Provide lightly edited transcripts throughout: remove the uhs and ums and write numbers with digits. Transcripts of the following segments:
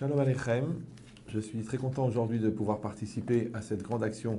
Shalom Aleichem, je suis très content aujourd'hui de pouvoir participer à cette grande action,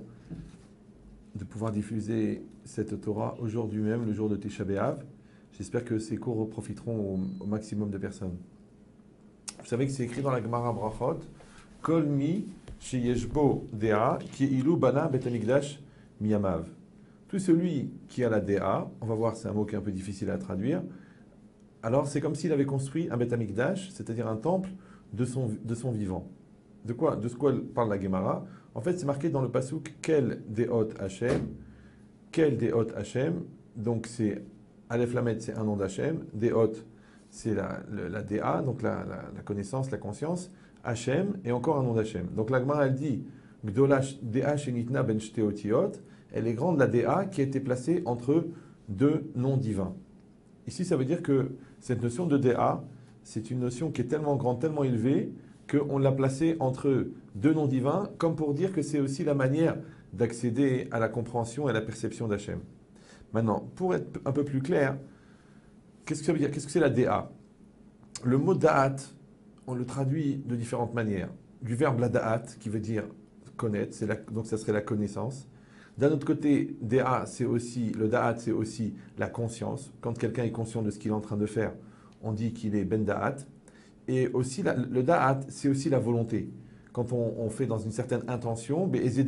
de pouvoir diffuser cette Torah aujourd'hui même, le jour de Tisha B'Av. J'espère que ces cours profiteront au maximum de personnes. Vous savez que c'est écrit dans la Gemara Brachot, Kol mi sheyeshbo dea ki ilu bana bet hamikdash miyamav. Tout celui qui a la dea, on va voir, c'est un mot qui est un peu difficile à traduire. Alors c'est comme s'il avait construit un bet hamikdash, c'est-à-dire un temple de son vivant. De quoi parle la Gemara? En fait, c'est marqué dans le pasuk Kel Deot Hashem. Kel Deot Hashem. Donc c'est Aleph Lamed, c'est un nom d'Hashem. Deot, c'est la DA, donc la connaissance, la conscience. Hashem, et encore un nom d'Hashem. Donc la Gemara, elle dit Gdolash Dea Shenitna Ben Shteotiot. Elle est grande, la DA, qui a été placée entre deux noms divins. Ici, ça veut dire que cette notion de DA, c'est une notion qui est tellement grande, tellement élevée, qu'on l'a placée entre deux noms divins, comme pour dire que c'est aussi la manière d'accéder à la compréhension et à la perception d'Hachem. Maintenant, pour être un peu plus clair, qu'est-ce que ça veut dire? Qu'est-ce que c'est la DA? Le mot da'at, on le traduit de différentes manières. Du verbe la da'at, qui veut dire connaître, donc ça serait la connaissance. D'un autre côté, DA, le da'at, c'est aussi la conscience. Quand quelqu'un est conscient de ce qu'il est en train de faire, on dit qu'il est ben da'at. Et aussi, le da'at, c'est aussi la volonté. Quand on fait dans une certaine intention,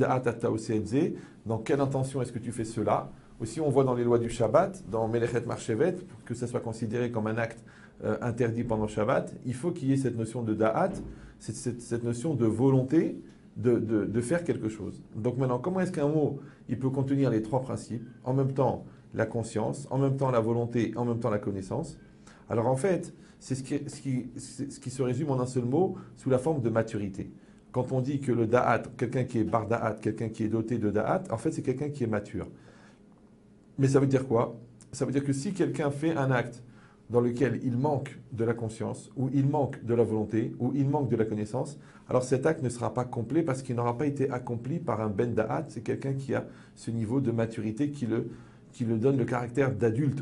dans quelle intention est-ce que tu fais cela? Aussi, on voit dans les lois du Shabbat, dans Melechet Marchevet, pour que ça soit considéré comme un acte interdit pendant Shabbat, il faut qu'il y ait cette notion de da'at, cette notion de volonté de faire quelque chose. Donc maintenant, comment est-ce qu'un mot, il peut contenir les trois principes, en même temps la conscience, en même temps la volonté, en même temps la connaissance? Alors en fait, c'est ce qui se résume en un seul mot, sous la forme de maturité. Quand on dit que le da'at, quelqu'un qui est bar da'at, quelqu'un qui est doté de da'at, en fait c'est quelqu'un qui est mature. Mais ça veut dire quoi? Ça veut dire que si quelqu'un fait un acte dans lequel il manque de la conscience, ou il manque de la volonté, ou il manque de la connaissance, alors cet acte ne sera pas complet parce qu'il n'aura pas été accompli par un ben da'at, c'est quelqu'un qui a ce niveau de maturité qui le donne le caractère d'adulte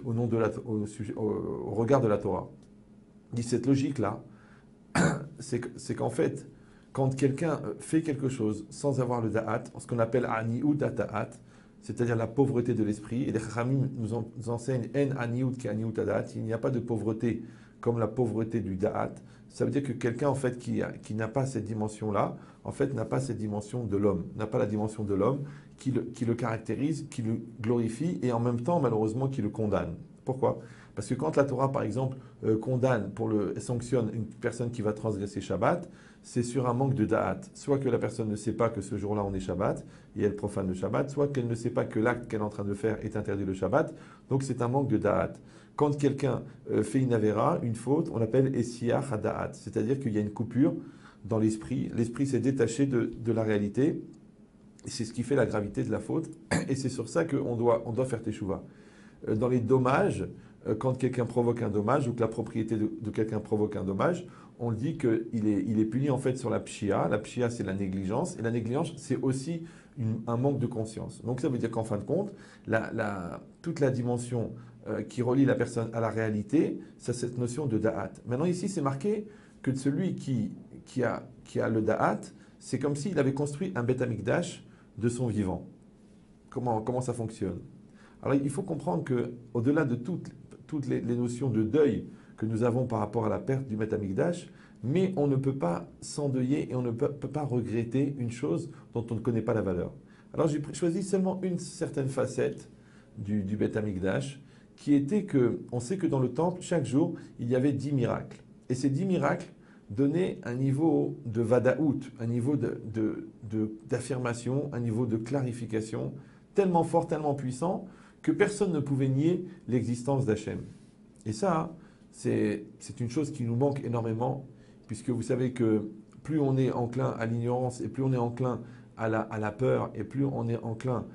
au regard de la Torah. Dit cette logique-là, c'est qu'en fait, quand quelqu'un fait quelque chose sans avoir le da'at, ce qu'on appelle ani'ut da'at, c'est-à-dire la pauvreté de l'esprit, et les Chachamim nous enseignent en ani'ut ki ani'ut da'at, il n'y a pas de pauvreté comme la pauvreté du da'at. Ça veut dire que quelqu'un en fait qui n'a pas cette dimension-là, en fait n'a pas cette dimension de l'homme, n'a pas la dimension de l'homme qui le caractérise, qui le glorifie et en même temps malheureusement qui le condamne. Pourquoi? Parce que quand la Torah par exemple sanctionne une personne qui va transgresser Shabbat, c'est sur un manque de da'at. Soit que la personne ne sait pas que ce jour-là on est Shabbat et elle profane le Shabbat, soit qu'elle ne sait pas que l'acte qu'elle est en train de faire est interdit le Shabbat, donc c'est un manque de da'at. Quand quelqu'un fait une avéra, une faute, on l'appelle Essiyah Hada'at, c'est-à-dire qu'il y a une coupure dans l'esprit. L'esprit s'est détaché de la réalité, et c'est ce qui fait la gravité de la faute, et c'est sur ça qu'on doit faire teshuva. Dans les dommages, quand quelqu'un provoque un dommage, ou que la propriété de quelqu'un provoque un dommage, on dit qu'il est puni en fait sur la pshia. La pshia, c'est la négligence, et la négligence, c'est aussi un manque de conscience. Donc ça veut dire qu'en fin de compte, toute la dimension qui relie la personne à la réalité, c'est cette notion de da'at. Maintenant ici, c'est marqué que celui qui a le da'at, c'est comme s'il avait construit un bet hamikdash de son vivant. Comment ça fonctionne? Alors il faut comprendre qu'au-delà de toutes les notions de deuil que nous avons par rapport à la perte du bet hamikdash, mais on ne peut pas s'endeuiller et on ne peut pas regretter une chose dont on ne connaît pas la valeur. Alors j'ai choisi seulement une certaine facette du bet hamikdash, qui était on sait que dans le temple, chaque jour, il y avait 10 miracles. Et ces 10 miracles donnaient un niveau de vadaout, un niveau d'affirmation, un niveau de clarification tellement fort, tellement puissant, que personne ne pouvait nier l'existence d'Hachem. Et ça, c'est une chose qui nous manque énormément, puisque vous savez que plus on est enclin à l'ignorance, et plus on est enclin à la peur, et plus on est enclin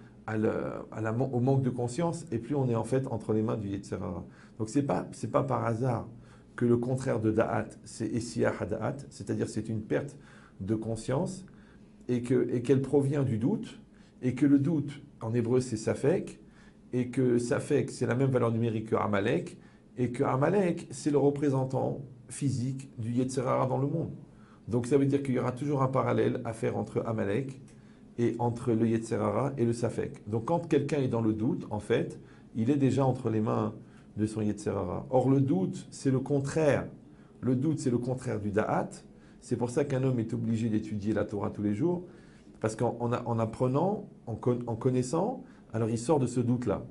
au manque de conscience, et plus on est en fait entre les mains du Yetzer Hara. Donc c'est pas par hasard que le contraire de Da'at, c'est Essiyah Hada'at, c'est-à-dire c'est une perte de conscience, et qu'elle provient du doute, et que le doute, en hébreu, c'est Safek, et que Safek, c'est la même valeur numérique que Amalek, et que Amalek, c'est le représentant physique du Yetzer Hara dans le monde. Donc ça veut dire qu'il y aura toujours un parallèle à faire entre Amalek et entre le Yetzer Hara et le Safek. Donc quand quelqu'un est dans le doute, en fait, il est déjà entre les mains de son Yetzer Hara. Or le doute, c'est le contraire. Le doute, c'est le contraire du Da'at. C'est pour ça qu'un homme est obligé d'étudier la Torah tous les jours, parce qu'en apprenant, en connaissant, alors il sort de ce doute-là.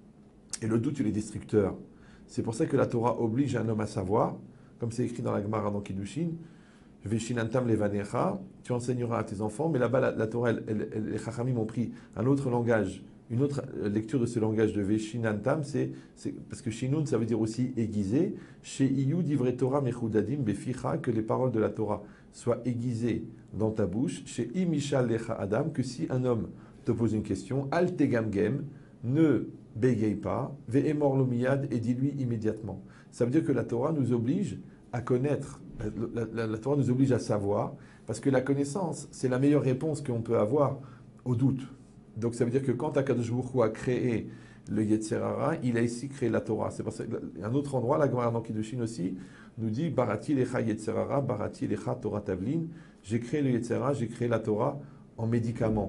Et le doute, il est destructeur. C'est pour ça que la Torah oblige un homme à savoir, comme c'est écrit dans la Gemara dans Kiddushin, Veshinantam levanecha, tu enseigneras à tes enfants, mais là-bas, la Torah, les Chachamim ont pris un autre langage, une autre lecture de ce langage de Veshinantam, c'est parce que Shinun, ça veut dire aussi aiguisé. Chez Iyu, divrei Torah mechudadim beficha, que les paroles de la Torah soient aiguisées dans ta bouche. Chez Imishal lecha Adam, que si un homme te pose une question, al tegamgem, ne bégaye pas, ve'emor lomiyad, et dis-lui immédiatement. Ça veut dire que la Torah nous oblige à connaître, la Torah nous oblige à savoir, parce que la connaissance, c'est la meilleure réponse qu'on peut avoir au doute. Donc ça veut dire que quand Akadosh Baruch Hu a créé le Yetzer Hara, il a ici créé la Torah. C'est parce qu'un autre endroit, la Gemara dans Kiddushin aussi, nous dit Barati lecha Yetzer Hara, Barati lecha Torah Tavlin. J'ai créé le Yetzer Hara, j'ai créé la Torah en médicament.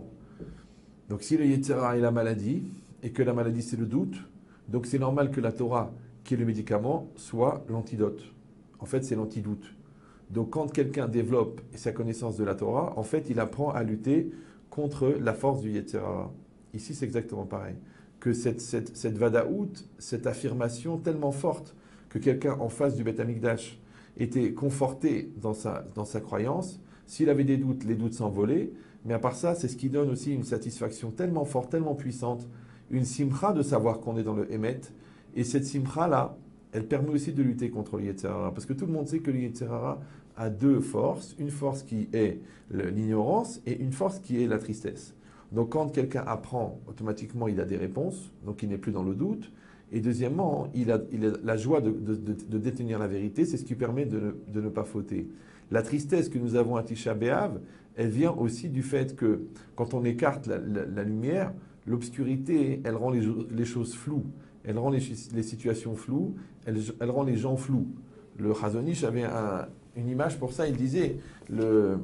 Donc si le Yetzer Hara est la maladie, et que la maladie c'est le doute, donc c'est normal que la Torah, qui est le médicament, soit l'antidote. En fait, c'est l'antidoute. Donc quand quelqu'un développe sa connaissance de la Torah, en fait, il apprend à lutter contre la force du Yetzer Hara. Ici, c'est exactement pareil. Que cette vadaout, cette affirmation tellement forte que quelqu'un en face du Beth Amikdash était conforté dans sa croyance, s'il avait des doutes, les doutes s'envolaient, mais à part ça, c'est ce qui donne aussi une satisfaction tellement forte, tellement puissante, une simcha de savoir qu'on est dans le Emet, et cette simcha-là, elle permet aussi de lutter contre le Yetzer Hara, parce que tout le monde sait que le Yetzer Hara a deux forces, une force qui est l'ignorance et une force qui est la tristesse. Donc quand quelqu'un apprend, automatiquement il a des réponses, donc il n'est plus dans le doute, et deuxièmement, il a la joie de détenir la vérité, c'est ce qui permet de ne pas fauter. La tristesse que nous avons à Tisha B'Av, elle vient aussi du fait que quand on écarte la lumière, l'obscurité, elle rend les choses floues, elle rend les situations floues, elle rend les gens flous. Le Chazon Ish avait une image pour ça, il disait le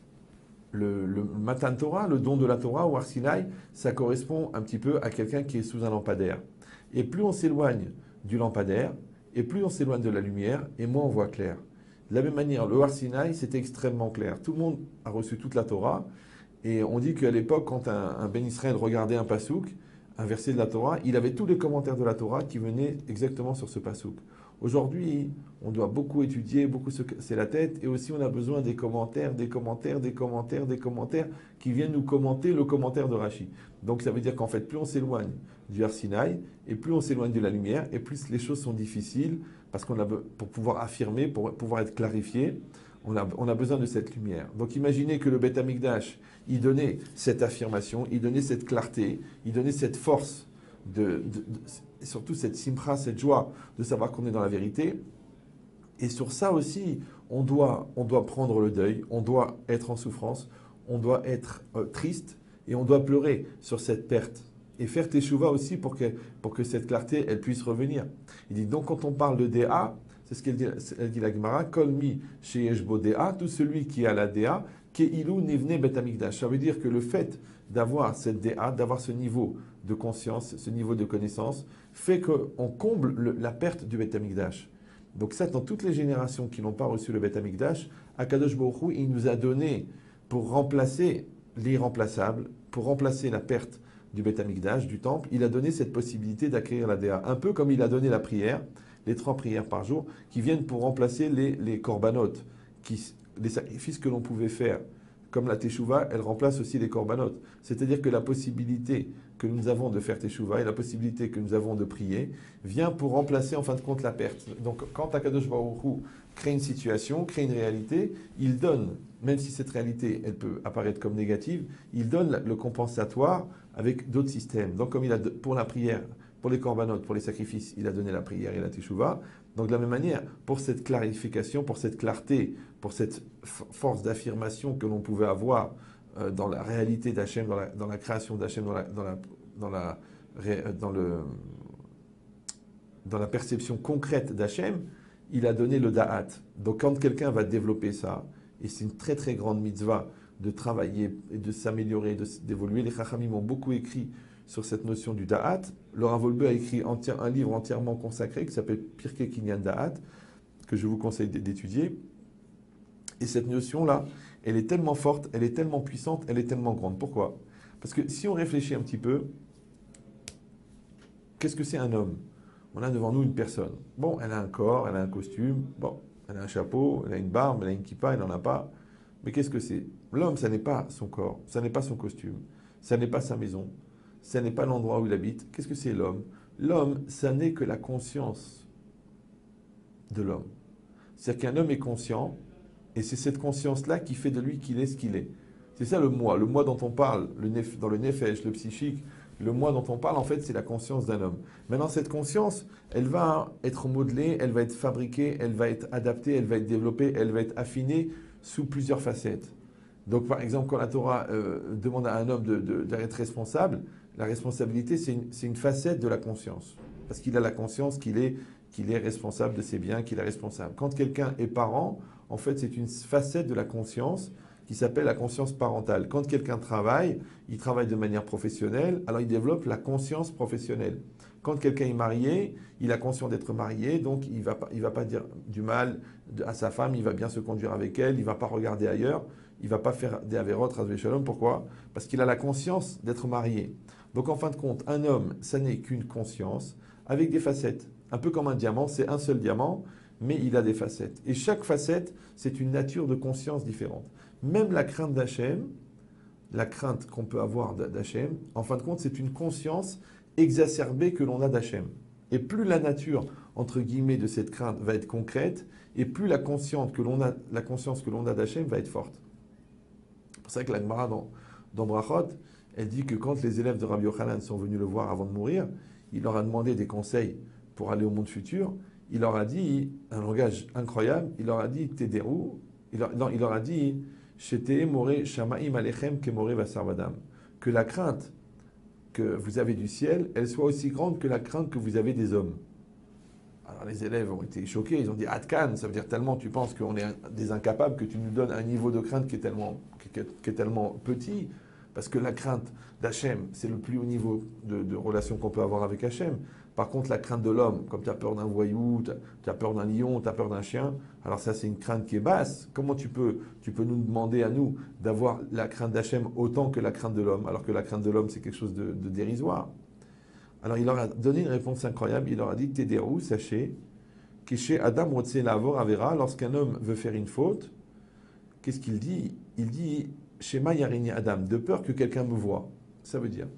Matan Torah, le don de la Torah ou Har Sinai, ça correspond un petit peu à quelqu'un qui est sous un lampadaire. Et plus on s'éloigne du lampadaire, et plus on s'éloigne de la lumière, et moins on voit clair. De la même manière, le Har Sinai, c'était extrêmement clair. Tout le monde a reçu toute la Torah, et on dit qu'à l'époque, quand un Ben Israël regardait un pasouk, un verset de la Torah, il avait tous les commentaires de la Torah qui venaient exactement sur ce pasouk. Aujourd'hui, on doit beaucoup étudier, beaucoup se casser la tête, et aussi on a besoin des commentaires qui viennent nous commenter le commentaire de Rashi. Donc ça veut dire qu'en fait, plus on s'éloigne du Har Sinai, et plus on s'éloigne de la lumière, et plus les choses sont difficiles, parce pour pouvoir affirmer, pour pouvoir être clarifié, on a besoin de cette lumière. Donc imaginez que le Beth Amikdash, il donnait cette affirmation, il donnait cette clarté, il donnait cette force, et surtout cette simcha, cette joie de savoir qu'on est dans la vérité. Et sur ça aussi, on doit prendre le deuil, on doit être en souffrance, on doit être triste, et on doit pleurer sur cette perte. Et faire teshuva aussi pour que cette clarté, elle puisse revenir. Il dit donc quand on parle de Déa, c'est ce qu'elle dit la Gemara, Kol mi sheyesh bo Déa, tout celui qui a la Déa, Keilu nivne bet Amikdash. Ça veut dire que le fait d'avoir cette Déa, d'avoir ce niveau de conscience, ce niveau de connaissance, fait qu'on comble la perte du Bet Amikdash. Donc ça, dans toutes les générations qui n'ont pas reçu le Bet Amikdash, Akadosh Baruch Hu, il nous a donné pour remplacer l'irremplaçable, pour remplacer la perte du Bet Amikdash, du temple, il a donné cette possibilité d'acquérir la Déa. Un peu comme il a donné la prière, les 3 prières par jour, qui viennent pour remplacer les corbanotes, les sacrifices que l'on pouvait faire. Comme la Teshuvah, elle remplace aussi les corbanotes. C'est-à-dire que la possibilité que nous avons de faire Teshuvah et la possibilité que nous avons de prier vient pour remplacer en fin de compte la perte. Donc quand Akadosh Baruch Hu crée une situation, crée une réalité, il donne, même si cette réalité elle peut apparaître comme négative, il donne le compensatoire avec d'autres systèmes. Donc comme il a pour la prière, pour les corbanotes, pour les sacrifices, il a donné la prière et la Teshuvah. Donc de la même manière, pour cette clarification, pour cette clarté, pour cette force d'affirmation que l'on pouvait avoir dans la réalité d'Hachem, dans la création d'Hachem, dans la perception concrète d'Hachem, il a donné le da'at. Donc quand quelqu'un va développer ça, et c'est une très très grande mitzvah de travailler et de s'améliorer, d'évoluer. Les Chachamim ont beaucoup écrit sur cette notion du Da'at. Le Rav Wolbe a écrit un livre entièrement consacré qui s'appelle Pirkei Kinyan Da'at, que je vous conseille d'étudier. Et cette notion-là, elle est tellement forte, elle est tellement puissante, elle est tellement grande. Pourquoi? Parce que si on réfléchit un petit peu, qu'est-ce que c'est un homme? On a devant nous une personne. Bon, elle a un corps, elle a un costume, bon, elle a un chapeau, elle a une barbe, elle a une kippa, elle n'en a pas. Mais qu'est-ce que c'est? L'homme, ça n'est pas son corps, ça n'est pas son costume, ça n'est pas sa maison, ça n'est pas l'endroit où il habite. Qu'est-ce que c'est l'homme? L'homme, ça n'est que la conscience de l'homme. C'est-à-dire qu'un homme est conscient, et c'est cette conscience-là qui fait de lui qu'il est ce qu'il est. C'est ça le moi dont on parle, dans le nefesh, le psychique. Le moi dont on parle, en fait, c'est la conscience d'un homme. Maintenant, cette conscience, elle va être modelée, elle va être fabriquée, elle va être adaptée, elle va être développée, elle va être affinée sous plusieurs facettes. Donc, par exemple, quand la Torah demande à un homme d'être responsable, la responsabilité, c'est une facette de la conscience. Parce qu'il a la conscience qu'il est responsable de ses biens, qu'il est responsable. Quand quelqu'un est parent, en fait, c'est une facette de la conscience qui s'appelle la conscience parentale. Quand quelqu'un travaille, il travaille de manière professionnelle, alors il développe la conscience professionnelle. Quand quelqu'un est marié, il a conscience d'être marié, donc il va pas dire du mal à sa femme, il va bien se conduire avec elle, il ne va pas regarder ailleurs, il ne va pas faire des avérotes, rasvé shalom. Pourquoi? Parce qu'il a la conscience d'être marié. Donc en fin de compte, un homme, ça n'est qu'une conscience avec des facettes. Un peu comme un diamant, c'est un seul diamant, mais il a des facettes. Et chaque facette, c'est une nature de conscience différente. Même la crainte d'Hachem, la crainte qu'on peut avoir d'Hachem, en fin de compte, c'est une conscience exacerbée que l'on a d'Hachem. Et plus la nature, entre guillemets, de cette crainte va être concrète, et plus la conscience que l'on a d'Hachem va être forte. C'est pour ça que la Gemara dans Brachot, elle dit que quand les élèves de Rabbi Yochanan sont venus le voir avant de mourir, il leur a demandé des conseils pour aller au monde futur. Il leur a dit, un langage incroyable, il leur a dit, Tederu, il leur a dit, que la crainte que vous avez du ciel, elle soit aussi grande que la crainte que vous avez des hommes. Alors les élèves ont été choqués, ils ont dit Atkan, ça veut dire tellement tu penses qu'on est des incapables que tu nous donnes un niveau de crainte qui est tellement petit, parce que la crainte d'Hachem, c'est le plus haut niveau de relation qu'on peut avoir avec Hachem. Par contre, la crainte de l'homme, comme tu as peur d'un voyou, tu as peur d'un lion, tu as peur d'un chien, alors ça c'est une crainte qui est basse. Comment tu peux nous demander à nous d'avoir la crainte d'Hachem autant que la crainte de l'homme, alors que la crainte de l'homme c'est quelque chose de dérisoire? Alors il leur a donné une réponse incroyable, il leur a dit, Tederu, sachez, que chez Adam Rotse Lavor Avera, lorsqu'un homme veut faire une faute, qu'est-ce qu'il dit? Il dit, Shema Yarini Adam, de peur que quelqu'un me voie. Ça veut dire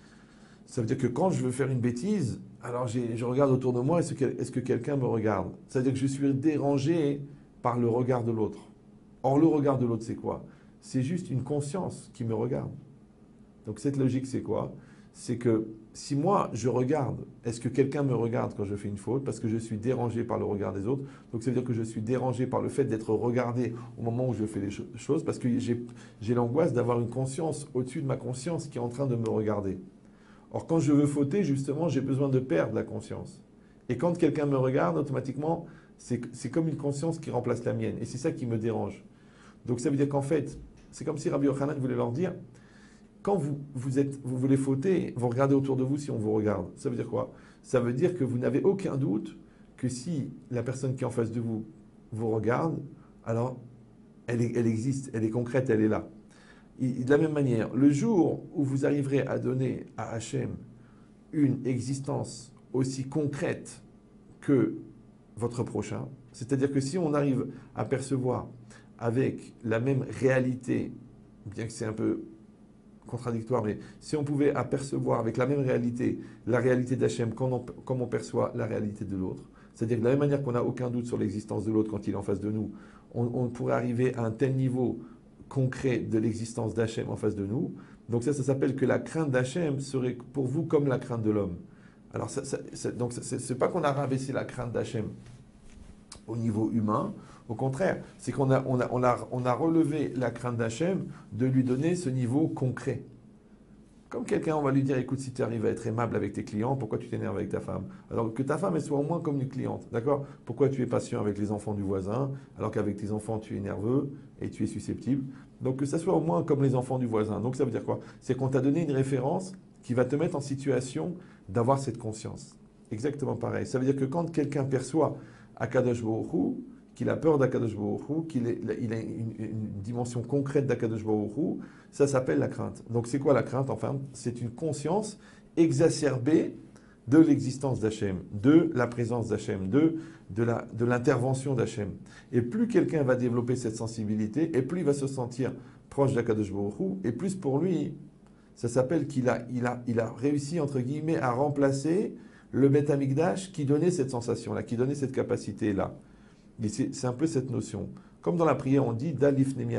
que quand je veux faire une bêtise, alors je regarde autour de moi, est-ce que quelqu'un me regarde? Ça veut dire que je suis dérangé par le regard de l'autre. Or, le regard de l'autre, c'est quoi? C'est juste une conscience qui me regarde. Donc cette logique, c'est quoi? C'est que si moi, je regarde, est-ce que quelqu'un me regarde quand je fais une faute? Parce que je suis dérangé par le regard des autres. Donc ça veut dire que je suis dérangé par le fait d'être regardé au moment où je fais les choses, parce que j'ai l'angoisse d'avoir une conscience au-dessus de ma conscience qui est en train de me regarder. Or, quand je veux fauter, justement, j'ai besoin de perdre la conscience. Et quand quelqu'un me regarde, automatiquement, c'est comme une conscience qui remplace la mienne. Et c'est ça qui me dérange. Donc ça veut dire qu'en fait, c'est comme si Rabbi Yochanan voulait leur dire, quand vous voulez fauter, vous regardez autour de vous si on vous regarde. Ça veut dire quoi? Ça veut dire que vous n'avez aucun doute que si la personne qui est en face de vous vous regarde, alors elle existe, elle est concrète, elle est là. De la même manière, le jour où vous arriverez à donner à Hachem une existence aussi concrète que votre prochain, c'est-à-dire que si on arrive à percevoir avec la même réalité, bien que c'est un peu contradictoire, mais si on pouvait apercevoir avec la même réalité la réalité d'Hachem comme on perçoit la réalité de l'autre, c'est-à-dire de la même manière qu'on n'a aucun doute sur l'existence de l'autre quand il est en face de nous, on pourrait arriver à un tel niveau concret de l'existence d'Hachem en face de nous. Donc ça s'appelle que la crainte d'Hachem serait pour vous comme la crainte de l'homme. Alors donc c'est pas qu'on a rabaissé la crainte d'Hachem au niveau humain, au contraire, c'est qu'on a relevé la crainte d'Hachem de lui donner ce niveau concret. Comme quelqu'un, on va lui dire, écoute, si tu arrives à être aimable avec tes clients, pourquoi tu t'énerves avec ta femme? Alors que ta femme, elle soit au moins comme une cliente, d'accord? Pourquoi tu es patient avec les enfants du voisin, alors qu'avec tes enfants, tu es nerveux et tu es susceptible? Donc que ça soit au moins comme les enfants du voisin. Donc ça veut dire quoi? C'est qu'on t'a donné une référence qui va te mettre en situation d'avoir cette conscience. Exactement pareil. Ça veut dire que quand quelqu'un perçoit Akadosh Baruch Hu, qu'il a peur d'Akadosh Baruch Hu, il a une dimension concrète d'Akadosh Baruch Hu, ça s'appelle la crainte. Donc c'est quoi la crainte? Enfin, c'est une conscience exacerbée de l'existence d'Hachem, de la présence d'Hachem, de l'intervention d'Hachem. Et plus quelqu'un va développer cette sensibilité, et plus il va se sentir proche d'Akadosh Baruch Hu, et plus pour lui, ça s'appelle qu'il a réussi, entre guillemets, à remplacer le Beth Amikdash qui donnait cette sensation-là, qui donnait cette capacité-là. Et c'est un peu cette notion. Comme dans la prière, on dit Dav lifnei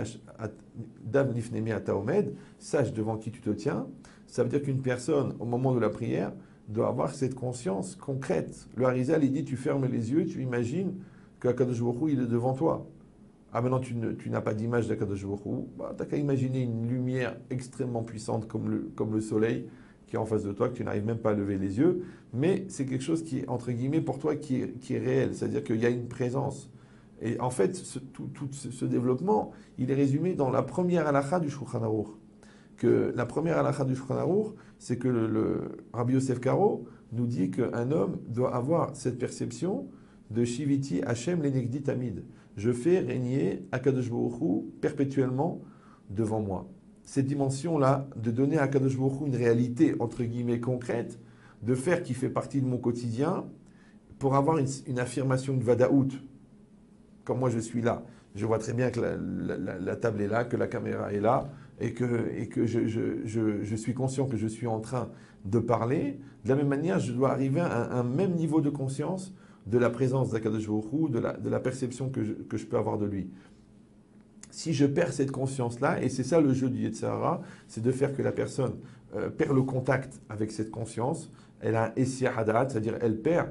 ata omed, sache devant qui tu te tiens. Ça veut dire qu'une personne, au moment de la prière, doit avoir cette conscience concrète. Le Harizal, il dit tu fermes les yeux, tu imagines qu'Akadosh Baruch Hu, il est devant toi. Ah, maintenant, tu n'as pas d'image d'Akadosh Baruch Hu. Bah, tu n'as qu'à imaginer une lumière extrêmement puissante comme le soleil qui est en face de toi, que tu n'arrives même pas à lever les yeux. Mais c'est quelque chose qui est, entre guillemets, pour toi, qui est réel. C'est-à-dire qu'il y a une présence. Et en fait, tout ce développement, il est résumé dans la première halakha du Shulchan Aruch. Que la première halakha du Shulchan Aruch, c'est que le Rabbi Yosef Karo nous dit qu'un homme doit avoir cette perception de Shiviti Hashem Lenegdi Tamid. Je fais régner Akadosh Baruch Hu perpétuellement devant moi. Cette dimension-là, de donner à Akadosh Baruch Hu une réalité, entre guillemets, concrète, de faire qui fait partie de mon quotidien, pour avoir une affirmation, une vadaout. Comme moi je suis là, je vois très bien que la table est là, que la caméra est là, et que je suis conscient que je suis en train de parler. De la même manière, je dois arriver à un même niveau de conscience de la présence d'Akadosh Baruch Hu, de la perception que je peux avoir de lui. Si je perds cette conscience-là, et c'est ça le jeu du Yetzer Hara, c'est de faire que la personne perd le contact avec cette conscience, elle a un Essia Hadat, c'est-à-dire elle perd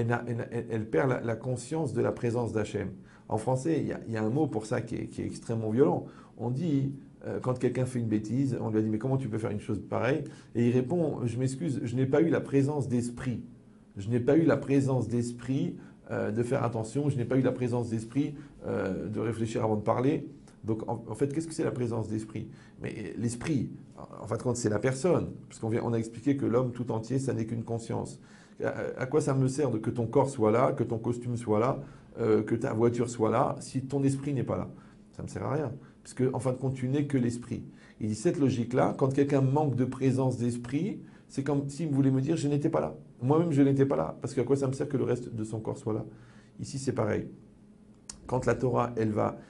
la conscience de la présence d'Hachem. En français, il y a un mot pour ça qui est extrêmement violent. On dit, quand quelqu'un fait une bêtise, on lui a dit, mais comment tu peux faire une chose pareille? Et il répond, je m'excuse, je n'ai pas eu la présence d'esprit. Je n'ai pas eu la présence d'esprit de faire attention, je n'ai pas eu la présence d'esprit de réfléchir avant de parler. Donc, en fait, qu'est-ce que c'est la présence d'esprit? Mais l'esprit, en fin de compte, c'est la personne. Parce on a expliqué que l'homme tout entier, ça n'est qu'une conscience. À quoi ça me sert que ton corps soit là, que ton costume soit là, que ta voiture soit là, si ton esprit n'est pas là? Ça ne me sert à rien. Parce qu'en fin de compte, tu n'es que l'esprit. Il dit cette logique-là, quand quelqu'un manque de présence d'esprit, c'est comme s'il voulait me dire je n'étais pas là. Moi-même, je n'étais pas là. Parce qu'à quoi ça me sert que le reste de son corps soit là? Ici, c'est pareil. Quand la Torah, elle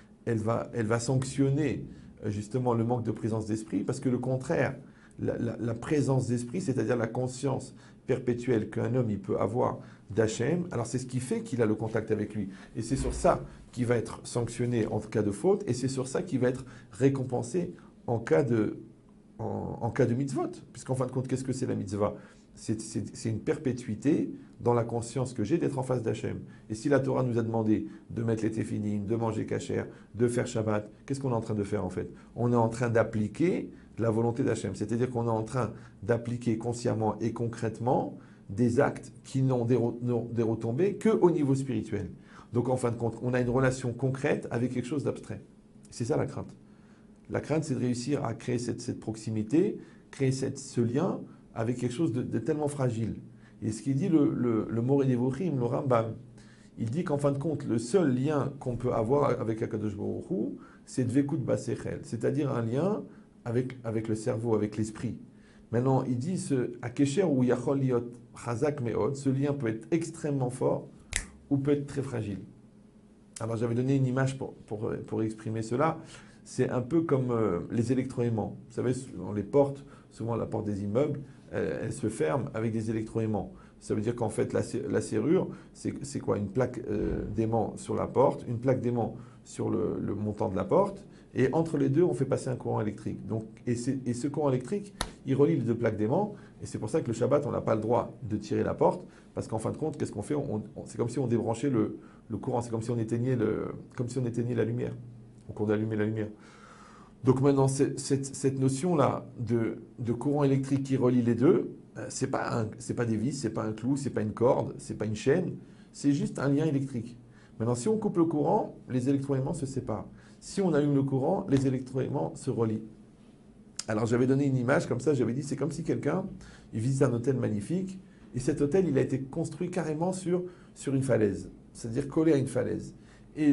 va sanctionner justement le manque de présence d'esprit, parce que le contraire, la présence d'esprit, c'est-à-dire la conscience perpétuelle qu'un homme il peut avoir d'Hachem, alors c'est ce qui fait qu'il a le contact avec lui. Et c'est sur ça qu'il va être sanctionné en cas de faute, et c'est sur ça qu'il va être récompensé en cas de mitzvot. Puisqu'en fin de compte, qu'est-ce que c'est la mitzvah? C'est une perpétuité dans la conscience que j'ai d'être en face d'Hachem. Et si la Torah nous a demandé de mettre les téfinim, de manger kasher, de faire Shabbat, qu'est-ce qu'on est en train de faire en fait? On est en train d'appliquer la volonté d'Hachem. C'est-à-dire qu'on est en train d'appliquer consciemment et concrètement des actes qui n'ont des retombées qu'au niveau spirituel. Donc en fin de compte, on a une relation concrète avec quelque chose d'abstrait. C'est ça la crainte. La crainte, c'est de réussir à créer cette proximité, créer ce lien avec quelque chose de tellement fragile. Et ce qu'il dit le Moré Nevochim, le Rambam, il dit qu'en fin de compte, le seul lien qu'on peut avoir avec Akadosh Baruch Hu, c'est Dvekut Basechel, c'est-à-dire un lien avec le cerveau, avec l'esprit. Maintenant, il dit Akesher ou Yachol Liot Chazak Meod, ce lien peut être extrêmement fort ou peut être très fragile. Alors j'avais donné une image pour exprimer cela. C'est un peu comme les électroaimants. Vous savez, dans les portes, souvent la porte des immeubles, elle se ferme avec des électroaimants. Ça veut dire qu'en fait, la serrure, c'est quoi? Une plaque d'aimant sur la porte, une plaque d'aimant sur le montant de la porte, et entre les deux, on fait passer un courant électrique. Donc, et ce courant électrique, il relie les deux plaques d'aimant, et c'est pour ça que le Shabbat, on n'a pas le droit de tirer la porte, parce qu'en fin de compte, qu'est-ce qu'on fait? C'est comme si on débranchait le courant, c'est comme si on éteignait la lumière. Donc on doit allumer la lumière. Donc maintenant, cette notion-là de courant électrique qui relie les deux, c'est pas des vis, c'est pas un clou, c'est pas une corde, c'est pas une chaîne, c'est juste un lien électrique. Maintenant, si on coupe le courant, les électroaimants se séparent. Si on allume le courant, les électroaimants se relient. Alors j'avais donné une image comme ça, j'avais dit c'est comme si quelqu'un, il visite un hôtel magnifique, et cet hôtel, il a été construit carrément sur une falaise, c'est-à-dire collé à une falaise. Et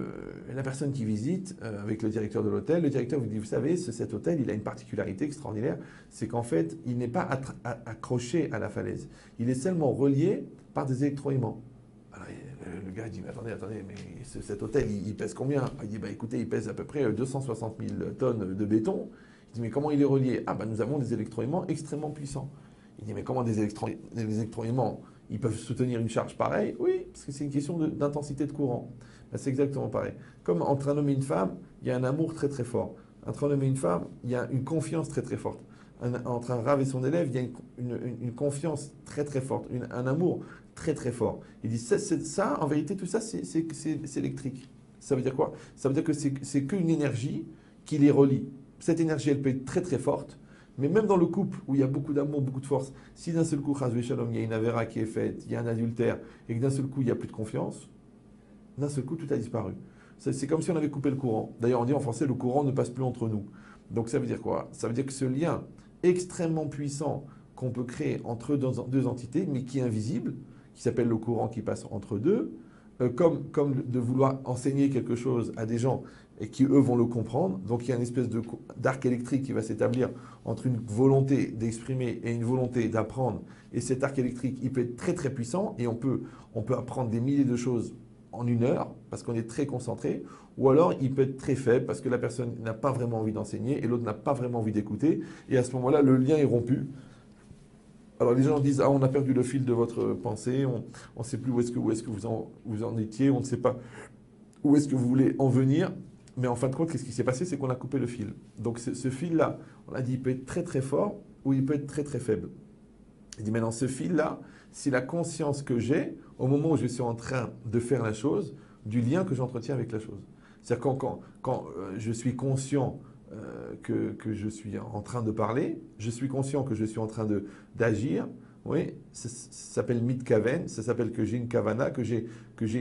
la personne qui visite, avec le directeur de l'hôtel, le directeur vous dit, vous savez, cet hôtel, il a une particularité extraordinaire, c'est qu'en fait, il n'est pas accroché à la falaise. Il est seulement relié par des électroaimants. Alors, le gars dit, mais attendez, mais cet hôtel, il pèse combien? Il dit, bah écoutez, il pèse à peu près 260 000 tonnes de béton. Il dit, mais comment il est relié? Ah, bah nous avons des électroaimants extrêmement puissants. Il dit, mais comment des électroaimants, ils peuvent soutenir une charge pareille? Oui, parce que c'est une question d'intensité de courant. Ben, c'est exactement pareil. Comme entre un homme et une femme, il y a un amour très très fort. Entre un homme et une femme, il y a une confiance très très forte. Entre un rave et son élève, il y a une confiance très très forte, un amour très très fort. Il dit, ça, en vérité, tout ça, c'est électrique. Ça veut dire quoi? Ça veut dire que c'est qu'une énergie qui les relie. Cette énergie, elle peut être très très forte, mais même dans le couple où il y a beaucoup d'amour, beaucoup de force, si d'un seul coup, chas shalom, il y a une avéra qui est faite, il y a un adultère, et que d'un seul coup, il n'y a plus de confiance, d'un seul coup, tout a disparu. C'est comme si on avait coupé le courant. D'ailleurs, on dit en français, le courant ne passe plus entre nous. Donc ça veut dire quoi? Ça veut dire que ce lien extrêmement puissant qu'on peut créer entre deux entités, mais qui est invisible, qui s'appelle le courant qui passe entre deux, comme de vouloir enseigner quelque chose à des gens et qui, eux, vont le comprendre. Donc il y a une espèce d'arc électrique qui va s'établir entre une volonté d'exprimer et une volonté d'apprendre. Et cet arc électrique, il peut être très très puissant et on peut apprendre des milliers de choses en une heure, parce qu'on est très concentré, ou alors il peut être très faible, parce que la personne n'a pas vraiment envie d'enseigner, et l'autre n'a pas vraiment envie d'écouter, et à ce moment-là, le lien est rompu. Alors les gens disent, ah, on a perdu le fil de votre pensée, on ne sait plus où est-ce que vous en étiez, on ne sait pas où est-ce que vous voulez en venir, mais en fin de compte, qu'est-ce qui s'est passé? C'est qu'on a coupé le fil. Donc ce fil-là, on a dit, il peut être très très fort, ou il peut être très très faible. Il dit maintenant, ce fil-là, c'est la conscience que j'ai au moment où je suis en train de faire la chose, du lien que j'entretiens avec la chose. C'est-à-dire quand je suis conscient que je suis en train de parler, je suis conscient que je suis en train d'agir, oui, ça s'appelle mitkaven, ça s'appelle que j'ai une kavana, que j'ai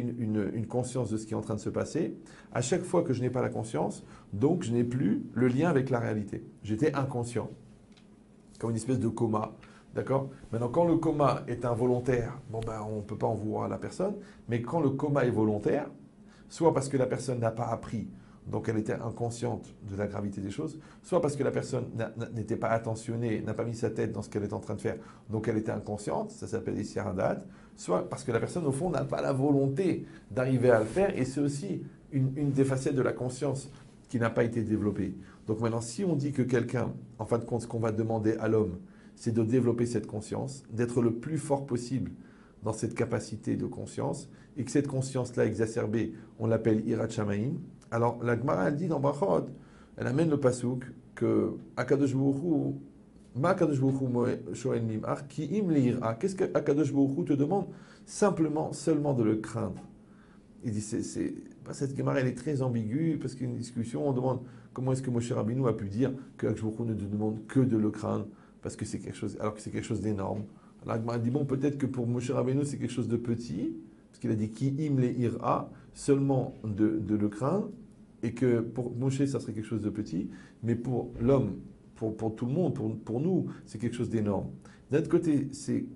une conscience de ce qui est en train de se passer. À chaque fois que je n'ai pas la conscience, donc je n'ai plus le lien avec la réalité. J'étais inconscient, comme une espèce de coma. D'accord? Maintenant, quand le coma est involontaire, bon ben, on ne peut pas en vouloir à la personne, mais quand le coma est volontaire, soit parce que la personne n'a pas appris, donc elle était inconsciente de la gravité des choses, soit parce que la personne n'était pas attentionnée, n'a pas mis sa tête dans ce qu'elle est en train de faire, donc elle était inconsciente, ça s'appelle les siaradat, soit parce que la personne, au fond, n'a pas la volonté d'arriver à le faire, et c'est aussi une des facettes de la conscience qui n'a pas été développée. Donc maintenant, si on dit que quelqu'un, en fin de compte, ce qu'on va demander à l'homme, c'est de développer cette conscience, d'être le plus fort possible dans cette capacité de conscience, et que cette conscience-là exacerbée, on l'appelle Irat Shamaim. Alors la Gemara, elle dit dans Brachot, elle amène le pasouk que Akadosh Baruch Hu, Ma Akadosh Baruch Hu shoel mim'ar ki im le'ira. Qu'est-ce que Akadosh Baruch Hu te demande? Simplement, seulement de le craindre. Il dit, cette Gemara, elle est très ambiguë, parce qu'il y a une discussion, on demande comment est-ce que Moshe Rabbeinu a pu dire que Akadosh Baruch Hu ne te demande que de le craindre, parce que c'est quelque chose, alors que c'est quelque chose d'énorme. Alors il dit, bon, peut-être que pour Moshe Rabbeinu, c'est quelque chose de petit, parce qu'il a dit ki im le ira, seulement de le craindre, et que pour Moshe, ça serait quelque chose de petit, mais pour l'homme, pour tout le monde, pour nous, c'est quelque chose d'énorme. D'un autre côté,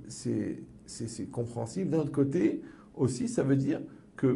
c'est compréhensible. D'un autre côté, aussi, ça veut dire que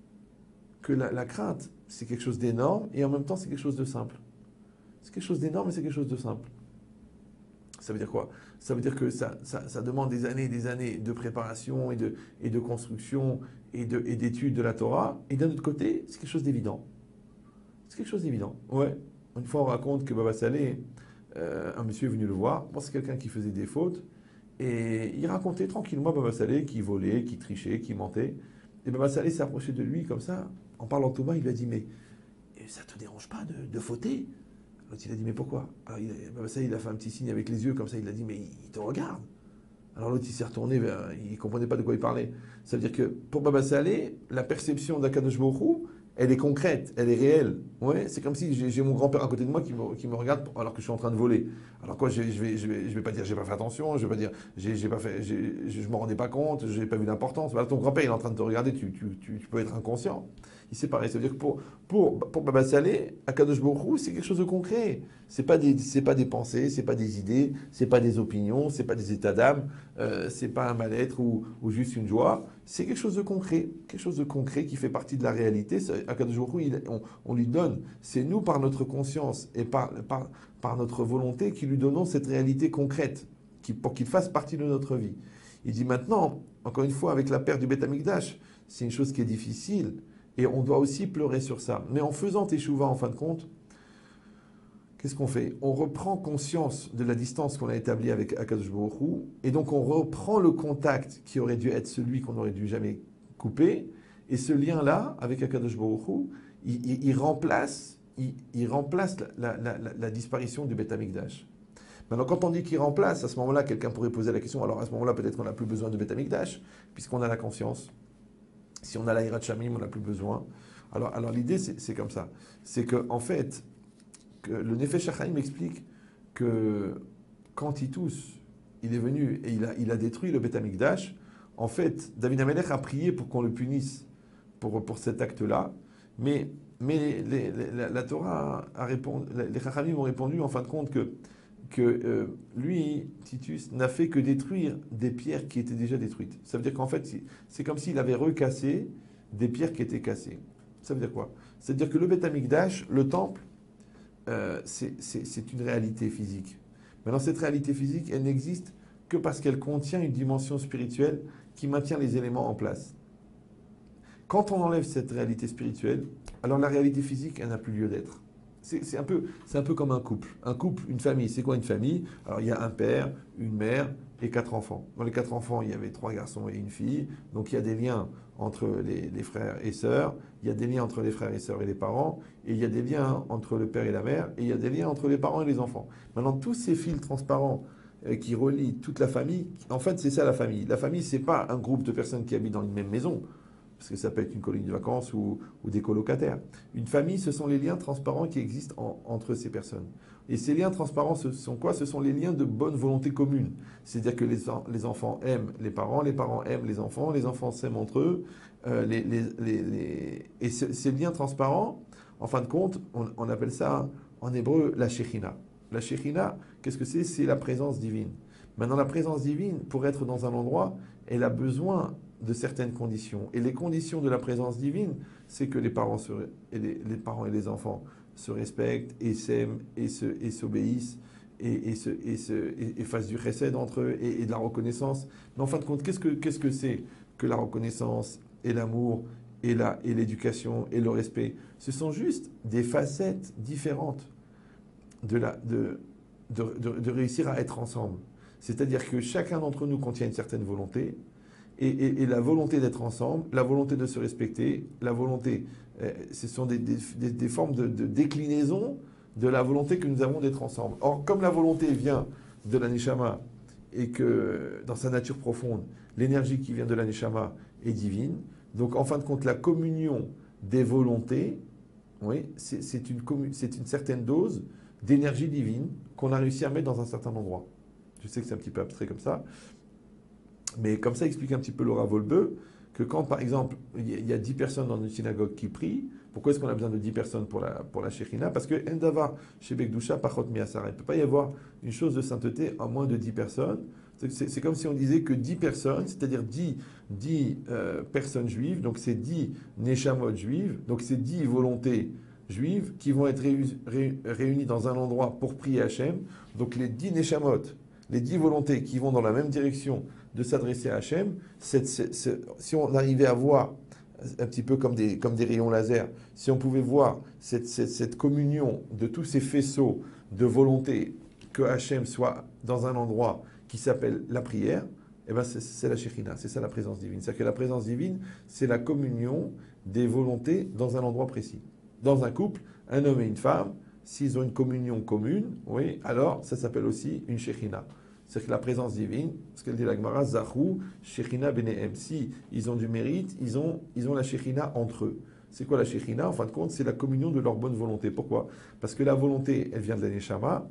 la crainte, c'est quelque chose d'énorme, et en même temps, c'est quelque chose de simple. C'est quelque chose d'énorme, et c'est quelque chose de simple. Ça veut dire quoi? Ça veut dire que ça demande des années de préparation et de construction et d'études de la Torah. Et d'un autre côté, c'est quelque chose d'évident. C'est quelque chose d'évident. Ouais. Une fois, on raconte que Baba Salé, un monsieur est venu le voir. Bon, c'est quelqu'un qui faisait des fautes. Et il racontait tranquillement à Baba Salé qui volait, qui trichait, qui mentait. Et Baba Salé s'est approché de lui comme ça. En parlant Thomas, il lui a dit, mais ça ne te dérange pas de fauter? L'autre, il a dit, mais pourquoi? Alors, Baba Salé, il a fait un petit signe avec les yeux, comme ça, il a dit, mais il te regarde. Alors l'autre, il s'est retourné, il ne comprenait pas de quoi il parlait. Ça veut dire que pour Baba Salé, la perception d'Akadosh Baruch Hu, elle est concrète, elle est réelle. Ouais, c'est comme si j'ai mon grand-père à côté de moi qui me regarde alors que je suis en train de voler. Alors quoi, je vais pas dire j'ai pas fait attention, je vais pas dire j'ai pas fait, je m'en rendais pas compte, j'ai pas vu l'importance. Voilà, ton grand-père il est en train de te regarder, tu peux être inconscient. C'est pareil, ça veut dire que pour Baba Saleh, Akadosh Baruch Hu, c'est quelque chose de concret. C'est pas des pensées, c'est pas des idées, c'est pas des opinions, c'est pas des états d'âme, c'est pas un mal-être ou juste une joie. C'est quelque chose de concret qui fait partie de la réalité. Akadosh Baruch Hu, on lui donne. C'est nous par notre conscience et par notre volonté qui lui donnons cette réalité concrète pour qu'il fasse partie de notre vie. Il dit maintenant, encore une fois, avec la perte du Beth Amikdash, c'est une chose qui est difficile. Et on doit aussi pleurer sur ça. Mais en faisant Teshuvah, en fin de compte, qu'est-ce qu'on fait? On reprend conscience de la distance qu'on a établie avec Akadosh Baruch Hu, et donc on reprend le contact qui aurait dû être celui qu'on aurait dû jamais couper, et ce lien-là, avec Akadosh Baruch Hu, il remplace la disparition du Beth Amikdash. Maintenant, quand on dit qu'il remplace, à ce moment-là, quelqu'un pourrait poser la question, alors à ce moment-là, peut-être qu'on n'a plus besoin de Beth Amikdash, puisqu'on a la conscience. Si on a la Hirat Shamim, on n'a plus besoin. Alors l'idée, c'est comme ça. C'est qu'en fait, que le Nefesh HaChaim explique que quand Titus, il est venu et il a détruit le Beth Amikdash, en fait, David HaMelech a prié pour qu'on le punisse pour cet acte-là, mais la Torah a répondu, les Chachamim ont répondu en fin de compte que lui, Titus, n'a fait que détruire des pierres qui étaient déjà détruites. Ça veut dire qu'en fait, c'est comme s'il avait recassé des pierres qui étaient cassées. Ça veut dire quoi? C'est-à-dire que le Beth Amikdash, le temple, c'est une réalité physique. Maintenant, cette réalité physique, elle n'existe que parce qu'elle contient une dimension spirituelle qui maintient les éléments en place. Quand on enlève cette réalité spirituelle, alors la réalité physique, elle n'a plus lieu d'être. C'est un peu comme un couple. Un couple, une famille, c'est quoi une famille? Alors il y a un père, une mère et 4 enfants. Dans les 4 enfants, il y avait 3 garçons et une fille. Donc il y a des liens entre les frères et sœurs, il y a des liens entre les frères et sœurs et les parents, et il y a des liens entre le père et la mère, et il y a des liens entre les parents et les enfants. Maintenant, tous ces fils transparents qui relient toute la famille, en fait, c'est ça la famille. La famille, c'est pas un groupe de personnes qui habitent dans une même maison, parce que ça peut être une colonie de vacances ou des colocataires. Une famille, ce sont les liens transparents qui existent entre ces personnes. Et ces liens transparents, ce sont quoi? Ce sont les liens de bonne volonté commune. C'est-à-dire que les enfants aiment les parents aiment les enfants s'aiment entre eux. Et ces liens transparents, en fin de compte, on appelle ça en hébreu la Shekhinah. La Shekhinah, qu'est-ce que c'est? C'est la présence divine. Maintenant, la présence divine, pour être dans un endroit, elle a besoin de certaines conditions. Et les conditions de la présence divine, c'est que les parents et les enfants se respectent et s'aiment et s'obéissent et fassent du chesed entre eux et de la reconnaissance. Mais en fin de compte, qu'est-ce que c'est que la reconnaissance et l'amour et l'éducation et le respect? Ce sont juste des facettes différentes de réussir à être ensemble. C'est-à-dire que chacun d'entre nous contient une certaine volonté, et la volonté d'être ensemble, la volonté de se respecter, la volonté, ce sont des formes de déclinaison de la volonté que nous avons d'être ensemble. Or, comme la volonté vient de la Neshama, et que dans sa nature profonde, l'énergie qui vient de la Neshama est divine, donc en fin de compte, la communion des volontés, oui, c'est une certaine dose d'énergie divine qu'on a réussi à mettre dans un certain endroit. Je sais que c'est un petit peu abstrait comme ça, mais comme ça explique un petit peu Laura Volbeu, que quand par exemple il y a 10 personnes dans une synagogue qui prient, pourquoi est-ce qu'on a besoin de 10 personnes pour la Shekhinah? Parce que Endavar, chez Bekdusha, Pachot Miasara, il ne peut pas y avoir une chose de sainteté à moins de 10 personnes. C'est comme si on disait que 10 personnes, c'est-à-dire 10 personnes juives, donc c'est 10 Neshamot juives, donc c'est 10 volontés juives qui vont être réunies dans un endroit pour prier Hachem. Donc les 10 Neshamot, les 10 volontés qui vont dans la même direction de s'adresser à Hachem, si on arrivait à voir, un petit peu comme des rayons laser, si on pouvait voir cette communion de tous ces faisceaux de volonté, que Hachem soit dans un endroit qui s'appelle la prière, eh ben c'est la Shekhinah, c'est ça la présence divine. C'est-à-dire que la présence divine, c'est la communion des volontés dans un endroit précis. Dans un couple, un homme et une femme, s'ils ont une communion commune, oui, alors ça s'appelle aussi une Shekhinah. C'est que la présence divine, ce qu'elle dit la Gemara, Zachou, Shekhinah Benehem. Si ils ont du mérite, ils ont la Shekhinah entre eux. C'est quoi la Shekhinah? En fin de compte, c'est la communion de leur bonne volonté. Pourquoi? Parce que la volonté, elle vient de la Neshama.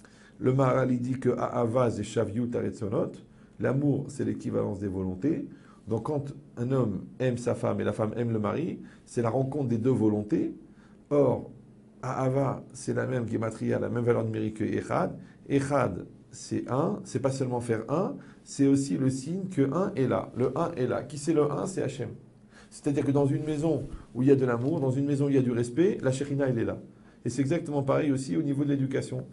Le Maharal, il dit que Ahava, c'est Shavyut Aretzonot. L'amour, c'est l'équivalence des volontés. Donc, quand un homme aime sa femme et la femme aime le mari, c'est la rencontre des deux volontés. Or, Ahava, c'est la même Gematria, la même valeur numérique que Echad. Echad, c'est un, c'est pas seulement faire un, c'est aussi le signe que un est là. Le un est là. Qui c'est le un? C'est Hachem. C'est-à-dire que dans une maison où il y a de l'amour, dans une maison où il y a du respect, la Shekhinah, elle est là. Et c'est exactement pareil aussi au niveau de l'éducation.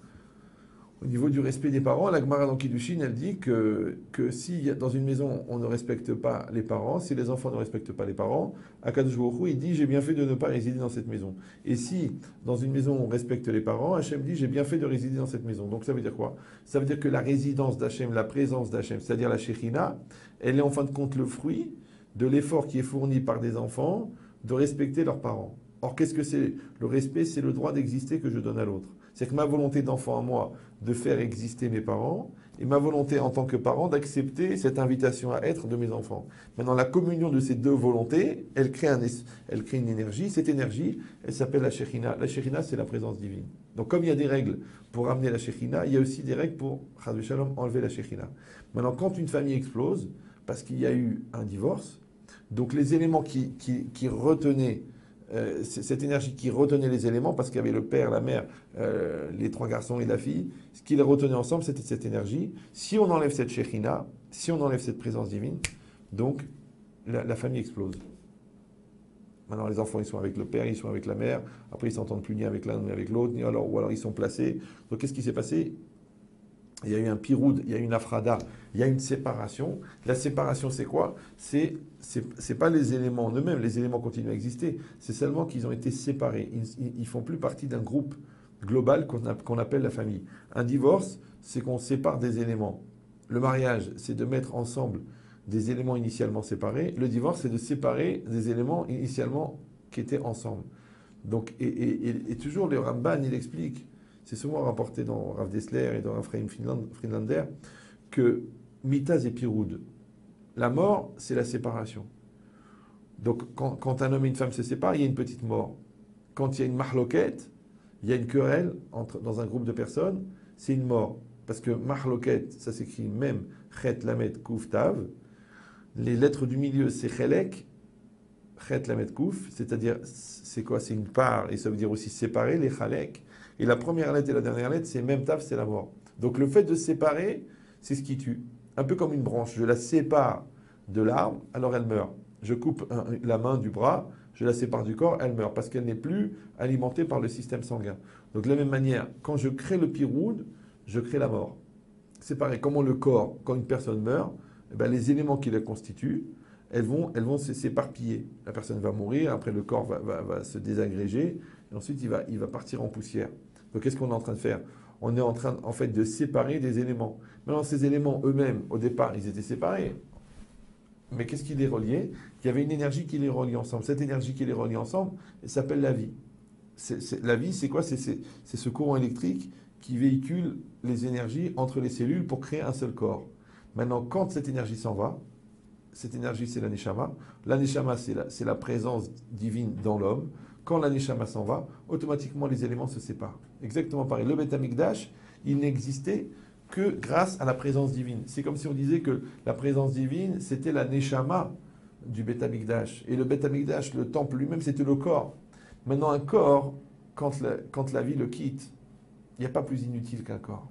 Au niveau du respect des parents, la Gemara dans Kiddushin, elle dit que si dans une maison on ne respecte pas les parents, si les enfants ne respectent pas les parents, Akadosh Baruch Hu, il dit j'ai bien fait de ne pas résider dans cette maison. Et si dans une maison on respecte les parents, Hachem dit j'ai bien fait de résider dans cette maison. Donc ça veut dire quoi? Ça veut dire que la résidence d'Hachem, la présence d'Hachem, c'est-à-dire la Shekhinah, elle est en fin de compte le fruit de l'effort qui est fourni par des enfants de respecter leurs parents. Or, qu'est-ce que c'est? Le respect, c'est le droit d'exister que je donne à l'autre. C'est que ma volonté d'enfant à moi de faire exister mes parents et ma volonté en tant que parent d'accepter cette invitation à être de mes enfants. Maintenant, la communion de ces deux volontés, elle crée une énergie. Cette énergie, elle s'appelle la Shekhinah. La Shekhinah, c'est la présence divine. Donc, comme il y a des règles pour amener la Shekhinah, il y a aussi des règles pour, Chas Shalom, enlever la Shekhinah. Maintenant, quand une famille explose, parce qu'il y a eu un divorce, donc les éléments qui retenaient cette énergie qui retenait les éléments, parce qu'il y avait le père, la mère, les trois garçons et la fille, ce qui les retenait ensemble, c'était cette énergie. Si on enlève cette Shekhinah, si on enlève cette présence divine, donc la famille explose. Maintenant, les enfants, ils sont avec le père, ils sont avec la mère, après ils s'entendent plus ni avec l'un ni avec l'autre, ou alors ils sont placés. Donc qu'est-ce qui s'est passé? Il y a eu un piroud, il y a eu une afrada, il y a une séparation. La séparation, c'est quoi? C'est pas les éléments en eux-mêmes, les éléments continuent à exister. C'est seulement qu'ils ont été séparés. Ils font plus partie d'un groupe global qu'on appelle la famille. Un divorce, c'est qu'on sépare des éléments. Le mariage, c'est de mettre ensemble des éléments initialement séparés. Le divorce, c'est de séparer des éléments initialement qui étaient ensemble. Donc, et toujours, le Ramban, il explique. C'est souvent rapporté dans Rav Dessler et dans Raphaim Friedlander que Mitaz et Piroud, la mort, c'est la séparation. Donc, quand un homme et une femme se séparent, il y a une petite mort. Quand il y a une mahloket, il y a une querelle dans un groupe de personnes, c'est une mort. Parce que mahloket, ça s'écrit même chet lamet kuf tav. Les lettres du milieu, c'est chelek, chet lamet kuf, c'est-à-dire, c'est quoi? C'est une part, et ça veut dire aussi séparer, les chalek. Et la première lettre et la dernière lettre, c'est même taf, c'est la mort. Donc le fait de séparer, c'est ce qui tue. Un peu comme une branche. Je la sépare de l'arbre, alors elle meurt. Je coupe la main du bras, je la sépare du corps, elle meurt. Parce qu'elle n'est plus alimentée par le système sanguin. Donc de la même manière, quand je crée le piroud, je crée la mort. C'est pareil. Comment le corps, quand une personne meurt, eh bien, les éléments qui la constituent, elles vont s'éparpiller. La personne va mourir, après le corps va se désagréger, et ensuite il va partir en poussière. Donc qu'est-ce qu'on est en train de faire? On est en train en fait de séparer des éléments. Maintenant ces éléments eux-mêmes, au départ, ils étaient séparés. Mais qu'est-ce qui les reliait? Il y avait une énergie qui les reliait ensemble. Cette énergie qui les relie ensemble, elle s'appelle la vie. La vie, c'est quoi? C'est ce courant électrique qui véhicule les énergies entre les cellules pour créer un seul corps. Maintenant, quand cette énergie s'en va, cette énergie, c'est la neshama. La neshama, c'est la présence divine dans l'homme. Quand la neshama s'en va, automatiquement les éléments se séparent. Exactement pareil. Le Beth Amikdash, il n'existait que grâce à la présence divine. C'est comme si on disait que la présence divine, c'était la neshama du Beth Amikdash. Et le Beth Amikdash, le temple lui-même, c'était le corps. Maintenant, un corps, quand la vie le quitte, il n'y a pas plus inutile qu'un corps.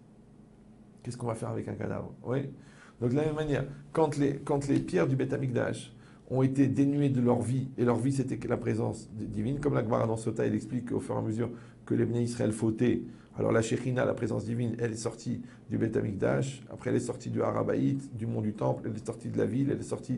Qu'est-ce qu'on va faire avec un cadavre? Oui. Donc de la même manière, quand les pierres du Beth Amikdash ont été dénuées de leur vie, et leur vie c'était la présence divine, comme la Gemara dans Sota, il explique qu'au fur et à mesure que les Bnei Israël fautaient, alors la Shekhinah, la présence divine, elle est sortie du Beth Amikdash, après elle est sortie du Harabaït, du mont du Temple, elle est sortie de la ville, elle est sortie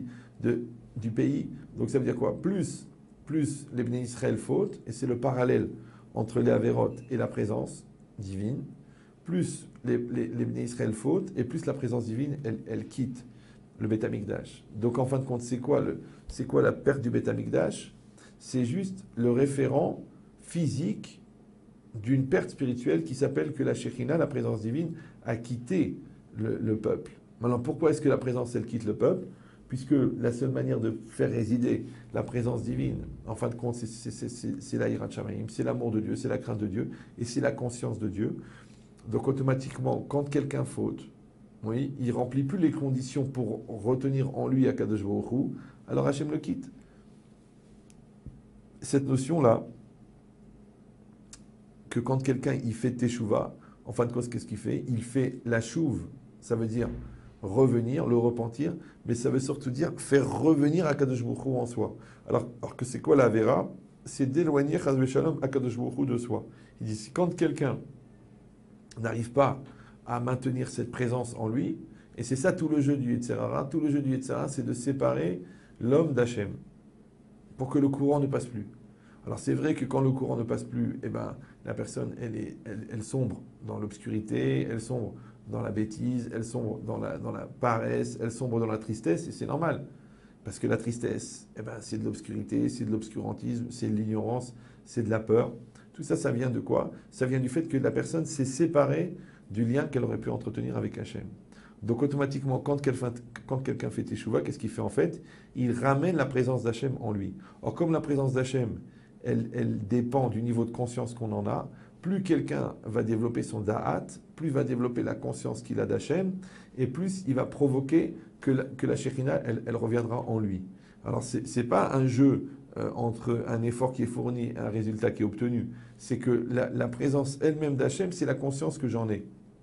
du pays. Donc ça veut dire quoi? Plus les Bnei Israël fautent, et c'est le parallèle entre les Averot et la présence divine, plus les Bnei Israël fautent, et plus la présence divine, elle quitte le Beth Amikdash. Donc en fin de compte, c'est quoi la perte du Beth Amikdash? C'est juste le référent physique d'une perte spirituelle qui s'appelle que la Shekhinah, la présence divine, a quitté le peuple. Maintenant, pourquoi est-ce que la présence, elle quitte le peuple? puisque la seule manière de faire résider la présence divine, en fin de compte, c'est la Yirat Shamayim, c'est l'amour de Dieu, c'est la crainte de Dieu, et c'est la conscience de Dieu. Donc automatiquement, quand quelqu'un faute, oui, il remplit plus les conditions pour retenir en lui Akadosh Baruch Hu, alors Hachem le quitte. Cette notion-là, que quand quelqu'un il fait teshuva, en fin de compte, qu'est-ce qu'il fait? Il fait la chouve, ça veut dire revenir, le repentir, mais ça veut surtout dire faire revenir Akadosh Baruch Hu en soi. Alors que c'est quoi la vera? C'est d'éloigner Chas v'Shalom Akadosh Baruch Hu de soi. Il dit, quand quelqu'un n'arrive pas à maintenir cette présence en lui, et c'est ça tout le jeu du Yetzer Hara, tout le jeu du Yetzer Hara, c'est de séparer l'homme d'Hachem, pour que le courant ne passe plus. Alors c'est vrai que quand le courant ne passe plus, eh ben, la personne, elle sombre dans l'obscurité, elle sombre dans la bêtise, elle sombre dans la paresse, elle sombre dans la tristesse, et c'est normal. Parce que la tristesse, eh ben, c'est de l'obscurité, c'est de l'obscurantisme, c'est de l'ignorance, c'est de la peur. Tout ça, ça vient de quoi? Ça vient du fait que la personne s'est séparée du lien qu'elle aurait pu entretenir avec Hachem. Donc automatiquement, quand quelqu'un fait teshuva, qu'est-ce qu'il fait en fait? Il ramène la présence d'Hachem en lui. Or, comme la présence d'Hachem, elle dépend du niveau de conscience qu'on en a, plus quelqu'un va développer son da'at, plus il va développer la conscience qu'il a d'Hachem, et plus il va provoquer que la Shekhinah, elle reviendra en lui. Alors, ce n'est pas un jeu entre un effort qui est fourni et un résultat qui est obtenu. C'est que la présence elle-même d'Hachem, c'est la conscience que j'en ai.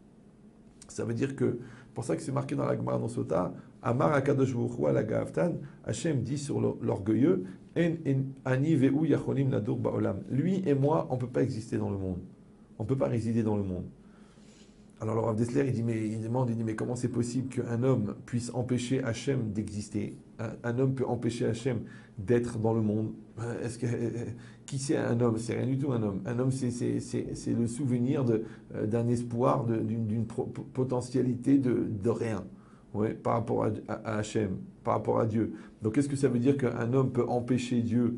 Ça veut dire que, pour ça que c'est marqué dans la Gemara dans Sota, Amar Akadosh Baruch Hu ala Ga'avtan, Hachem dit sur l'orgueilleux, Ani ve'u yacholim nadur ba'olam. Lui et moi, on ne peut pas exister dans le monde. On ne peut pas résider dans le monde. Alors le Rav Dessler, il demande, mais comment c'est possible qu'un homme puisse empêcher Hachem d'exister? Un homme peut empêcher Hachem d'être dans le monde. Qui c'est un homme? C'est rien du tout un homme. Un homme, c'est le souvenir d'un espoir, d'une potentialité de rien, ouais, par rapport à Hachem, par rapport à Dieu. Donc qu'est-ce que ça veut dire qu'un homme peut empêcher Dieu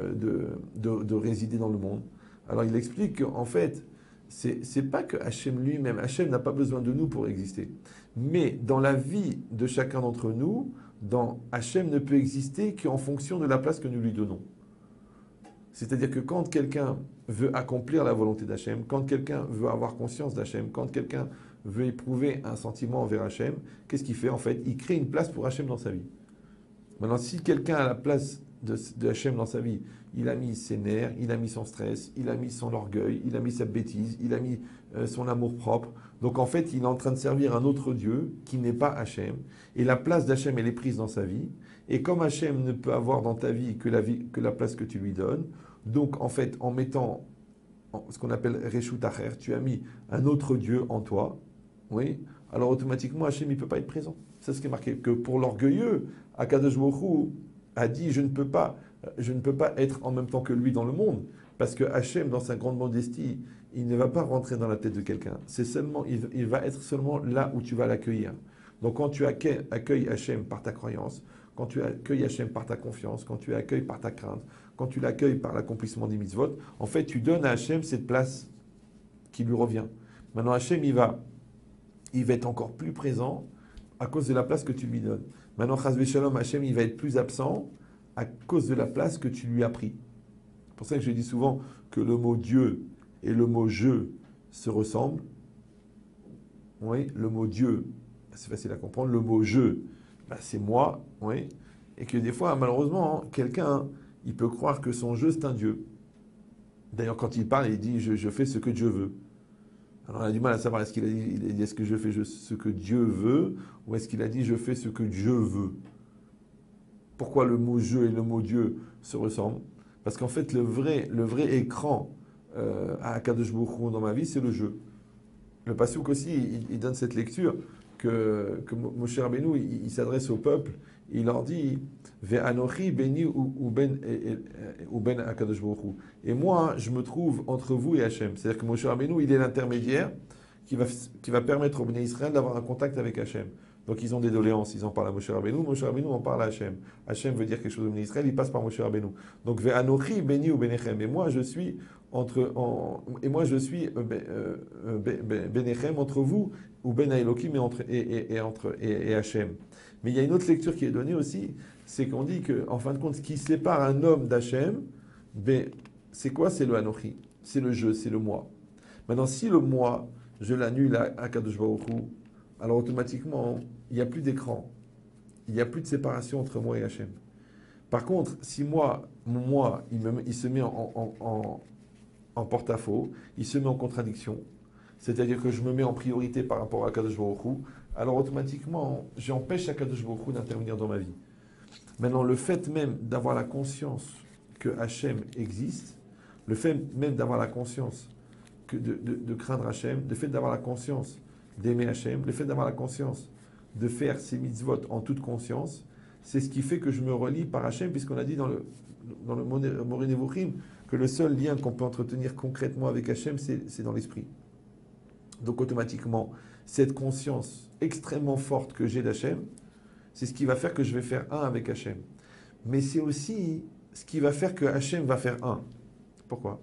de résider dans le monde? Alors il explique qu'en fait, c'est pas que Hachem lui-même, Hachem n'a pas besoin de nous pour exister. Mais dans la vie de chacun d'entre nous, Hachem ne peut exister qu'en fonction de la place que nous lui donnons. C'est-à-dire que quand quelqu'un veut accomplir la volonté d'Hachem, quand quelqu'un veut avoir conscience d'Hachem, quand quelqu'un veut éprouver un sentiment envers Hachem, qu'est-ce qu'il fait en fait? Il crée une place pour Hachem dans sa vie. Maintenant, si quelqu'un a la place de Hachem dans sa vie, il a mis ses nerfs, il a mis son stress, il a mis son orgueil, il a mis sa bêtise, il a mis son amour-propre. Donc en fait, il est en train de servir un autre Dieu qui n'est pas Hachem. Et la place d'Hachem, elle est prise dans sa vie. Et comme Hachem ne peut avoir dans ta vie que la place que tu lui donnes, donc en fait, en mettant ce qu'on appelle Reshut Acher, tu as mis un autre Dieu en toi, oui, alors automatiquement Hachem, il ne peut pas être présent. C'est ce qui est marqué, que pour l'orgueilleux, Akadosh Baruch Hu a dit, je ne peux pas être en même temps que lui dans le monde, parce que Hachem, dans sa grande modestie, il ne va pas rentrer dans la tête de quelqu'un. C'est seulement, il va être seulement là où tu vas l'accueillir. Donc quand tu accueilles Hachem par ta croyance, quand tu accueilles Hachem par ta confiance, quand tu l'accueilles par ta crainte, quand tu l'accueilles par l'accomplissement des mitzvot, en fait, tu donnes à Hachem cette place qui lui revient. Maintenant, Hachem, il va être encore plus présent à cause de la place que tu lui donnes. Maintenant, Chas v'Shalom, Hachem, il va être plus absent à cause de la place que tu lui as pris. C'est pour ça que je dis souvent que le mot Dieu et le mot je se ressemblent. Oui, le mot Dieu, c'est facile à comprendre. Le mot je, c'est moi, oui. Et que des fois, malheureusement, quelqu'un, il peut croire que son je, c'est un Dieu. D'ailleurs, quand il parle, il dit je fais ce que Dieu veut. Alors on a du mal à savoir, est-ce qu'il a dit est-ce que je fais ce que Dieu veut, ou est-ce qu'il a dit je fais ce que Dieu veut? Pourquoi le mot je et le mot Dieu se ressemblent? Parce qu'en fait, le vrai écran à Akadosh Baruch Hu dans ma vie, c'est le jeu. Le Passouk aussi, il donne cette lecture que Moshe Rabbeinu, il s'adresse au peuple, il leur dit Ve'anochi beni ou ben Akadosh Baruch Hu. Et moi, je me trouve entre vous et Hachem. C'est-à-dire que Moshe Rabbeinu, il est l'intermédiaire qui va permettre au Bnei Israël d'avoir un contact avec Hachem. Donc ils ont des doléances, ils en parlent à Moshe Rabbeinu en parle à Hachem. Hachem veut dire quelque chose au béni Israël, il passe par Moshe Rabbeinu. Donc Ve'anochi béni ou bénéchem. Et moi je suis bénéchem entre vous, ou ben Elohim et Hachem. Mais il y a une autre lecture qui est donnée aussi, c'est qu'on dit que, en fin de compte, ce qui sépare un homme d'Hachem, c'est quoi? C'est le Anochi, c'est le je, c'est le moi. Maintenant, si le moi, je l'annule à Kadosh Baruch Hu, alors automatiquement, il n'y a plus d'écran. Il n'y a plus de séparation entre moi et Hachem. Par contre, si mon moi, il se met en porte-à-faux, il se met en contradiction, c'est-à-dire que je me mets en priorité par rapport à Kadosh Baruch Hu, alors automatiquement, j'empêche Kadosh Baruch Hu d'intervenir dans ma vie. Maintenant, le fait même d'avoir la conscience que Hachem existe, le fait même d'avoir la conscience de craindre Hachem, le fait d'avoir la conscience d'aimer Hachem, le fait d'avoir la conscience de faire ses mitzvot en toute conscience, c'est ce qui fait que je me relie par Hachem, puisqu'on a dit dans le Moreh Nevuchim que le seul lien qu'on peut entretenir concrètement avec Hachem, c'est dans l'esprit. Donc automatiquement, cette conscience extrêmement forte que j'ai d'Hachem, c'est ce qui va faire que je vais faire un avec Hachem. Mais c'est aussi ce qui va faire que Hachem va faire un. Pourquoi?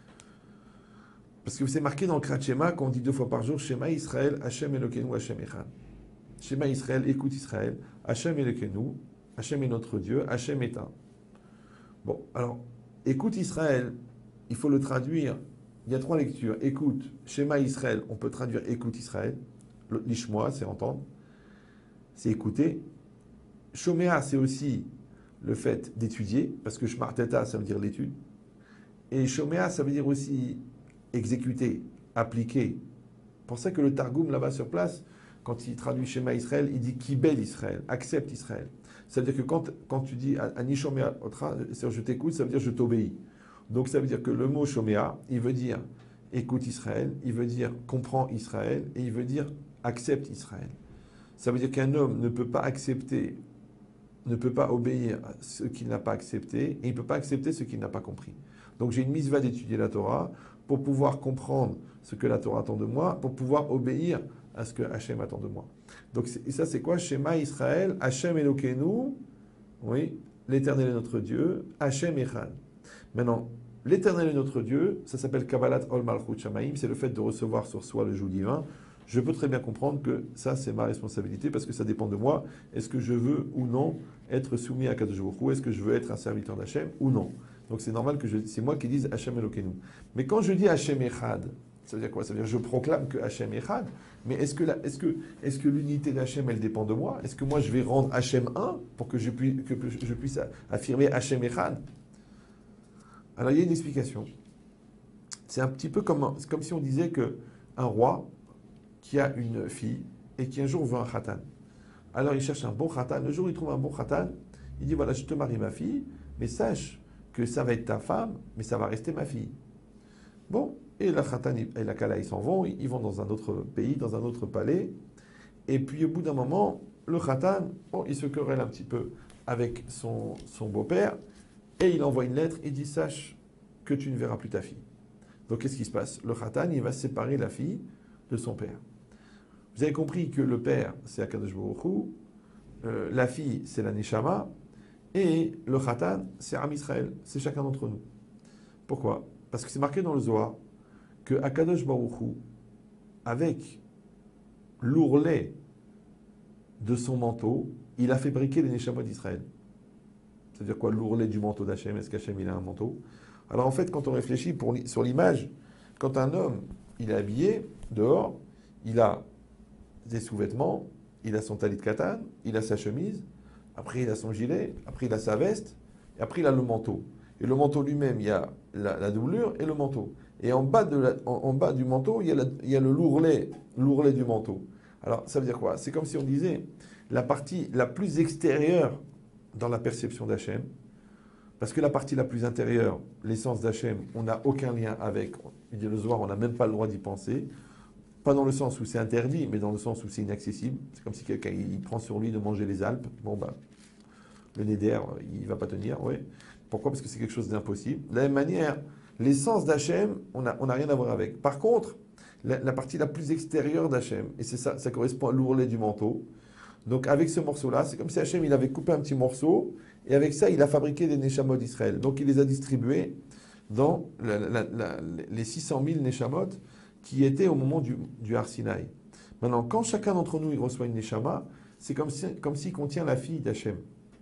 Parce que c'est marqué dans le Krat Shema qu'on dit 2 fois par jour, Shema Israël, Hachem Elokeinu, Hachem Echad. Shema Israël, écoute Israël, Hachem Elokeinu, Hachem est notre Dieu, Hachem est un. Bon, alors, écoute Israël, il faut le traduire. Il y a 3 lectures. Écoute, Shema Israël, on peut traduire écoute Israël. L'ishmoa, c'est entendre. C'est écouter. Shomea, c'est aussi le fait d'étudier, parce que Shmarteta, ça veut dire l'étude. Et Shomea, ça veut dire aussi exécuter, appliquer. C'est pour ça que le Targum, là-bas sur place, quand il traduit Shema Israël, il dit Kibel Israël, accepte Israël. Ça veut dire que quand tu dis Ani Shomea Otra, c'est-à-dire je t'écoute, ça veut dire je t'obéis. Donc ça veut dire que le mot Shomea, il veut dire écoute Israël, il veut dire comprends Israël, et il veut dire accepte Israël. Ça veut dire qu'un homme ne peut pas accepter, ne peut pas obéir à ce qu'il n'a pas accepté, et il ne peut pas accepter ce qu'il n'a pas compris. Donc j'ai une mitzvah d'étudier la Torah pour pouvoir comprendre ce que la Torah attend de moi, pour pouvoir obéir à ce que Hachem attend de moi. Donc et ça c'est quoi? Shema Israël, Hachem Elokeinu, oui, l'Éternel est notre Dieu, Hachem Echad. Maintenant, l'Éternel est notre Dieu, ça s'appelle Kabbalat Ol Malchut Shamaim, c'est le fait de recevoir sur soi le joug divin. Je peux très bien comprendre que ça, c'est ma responsabilité parce que ça dépend de moi. Est-ce que je veux ou non être soumis à Kadosh Baruch Hu? Est-ce que je veux être un serviteur d'Hachem ou non? Donc c'est normal que c'est moi qui dise Hachem Elokeinu. Mais quand je dis Hachem Echad, ça veut dire quoi? Ça veut dire que je proclame que Hachem Echad, mais est-ce que l'unité d'Hachem, elle dépend de moi? Est-ce que moi, je vais rendre Hachem un pour que je puisse affirmer Hachem Echad? Alors il y a une explication. C'est un petit peu comme si on disait qu'un roi qui a une fille et qui un jour veut un khatan. Alors il cherche un bon khatan. Le jour où il trouve un bon khatan, il dit voilà, je te marie ma fille, mais sache que ça va être ta femme, mais ça va rester ma fille. Bon, et la khatan et la kala, ils s'en vont, ils vont dans un autre pays, dans un autre palais. Et puis au bout d'un moment, le khatan, bon, il se querelle un petit peu avec son beau-père, et il envoie une lettre, il dit sache que tu ne verras plus ta fille. Donc qu'est-ce qui se passe? Le khatan, il va séparer la fille de son père. Vous avez compris que le père, c'est Akadosh Baruch Hu, la fille, c'est la Neshama, et le Khatan, c'est Am Israël, c'est chacun d'entre nous. Pourquoi? Parce que c'est marqué dans le Zohar que Akadosh Baruch Hu, avec l'ourlet de son manteau, il a fabriqué les Neshamot d'Israël. C'est-à-dire quoi, l'ourlet du manteau d'Hachem? Est-ce qu'Hachem, il a un manteau? Alors en fait, quand on réfléchit sur l'image, quand un homme, il est habillé dehors, il a des sous-vêtements, il a son talit katan, il a sa chemise, après il a son gilet, après il a sa veste, et après il a le manteau. Et le manteau lui-même, il y a la doublure et le manteau. Et en bas du manteau, il y a le l'ourlet du manteau. Alors ça veut dire quoi? C'est comme si on disait la partie la plus extérieure dans la perception d'Hachem, parce que la partie la plus intérieure, l'essence d'Hachem, on n'a aucun lien avec. Il dit le Zohar, on n'a même pas le droit d'y penser. Pas dans le sens où c'est interdit, mais dans le sens où c'est inaccessible. C'est comme si quelqu'un il prend sur lui de manger les Alpes. Bon, bah, le Neder, il ne va pas tenir. Oui. Pourquoi? Parce que c'est quelque chose d'impossible. De la même manière, l'essence d'Hachem, on n'a rien à voir avec. Par contre, la partie la plus extérieure d'Hachem, et c'est ça correspond à l'ourlet du manteau. Donc avec ce morceau-là, c'est comme si Hachem il avait coupé un petit morceau, et avec ça, il a fabriqué des Neshamot d'Israël. Donc il les a distribués dans les 600 000 Neshamot qui étaient au moment du Har Sinaï. Maintenant, quand chacun d'entre nous il reçoit une Neshama, c'est comme s'il contient la fille d'Hachem.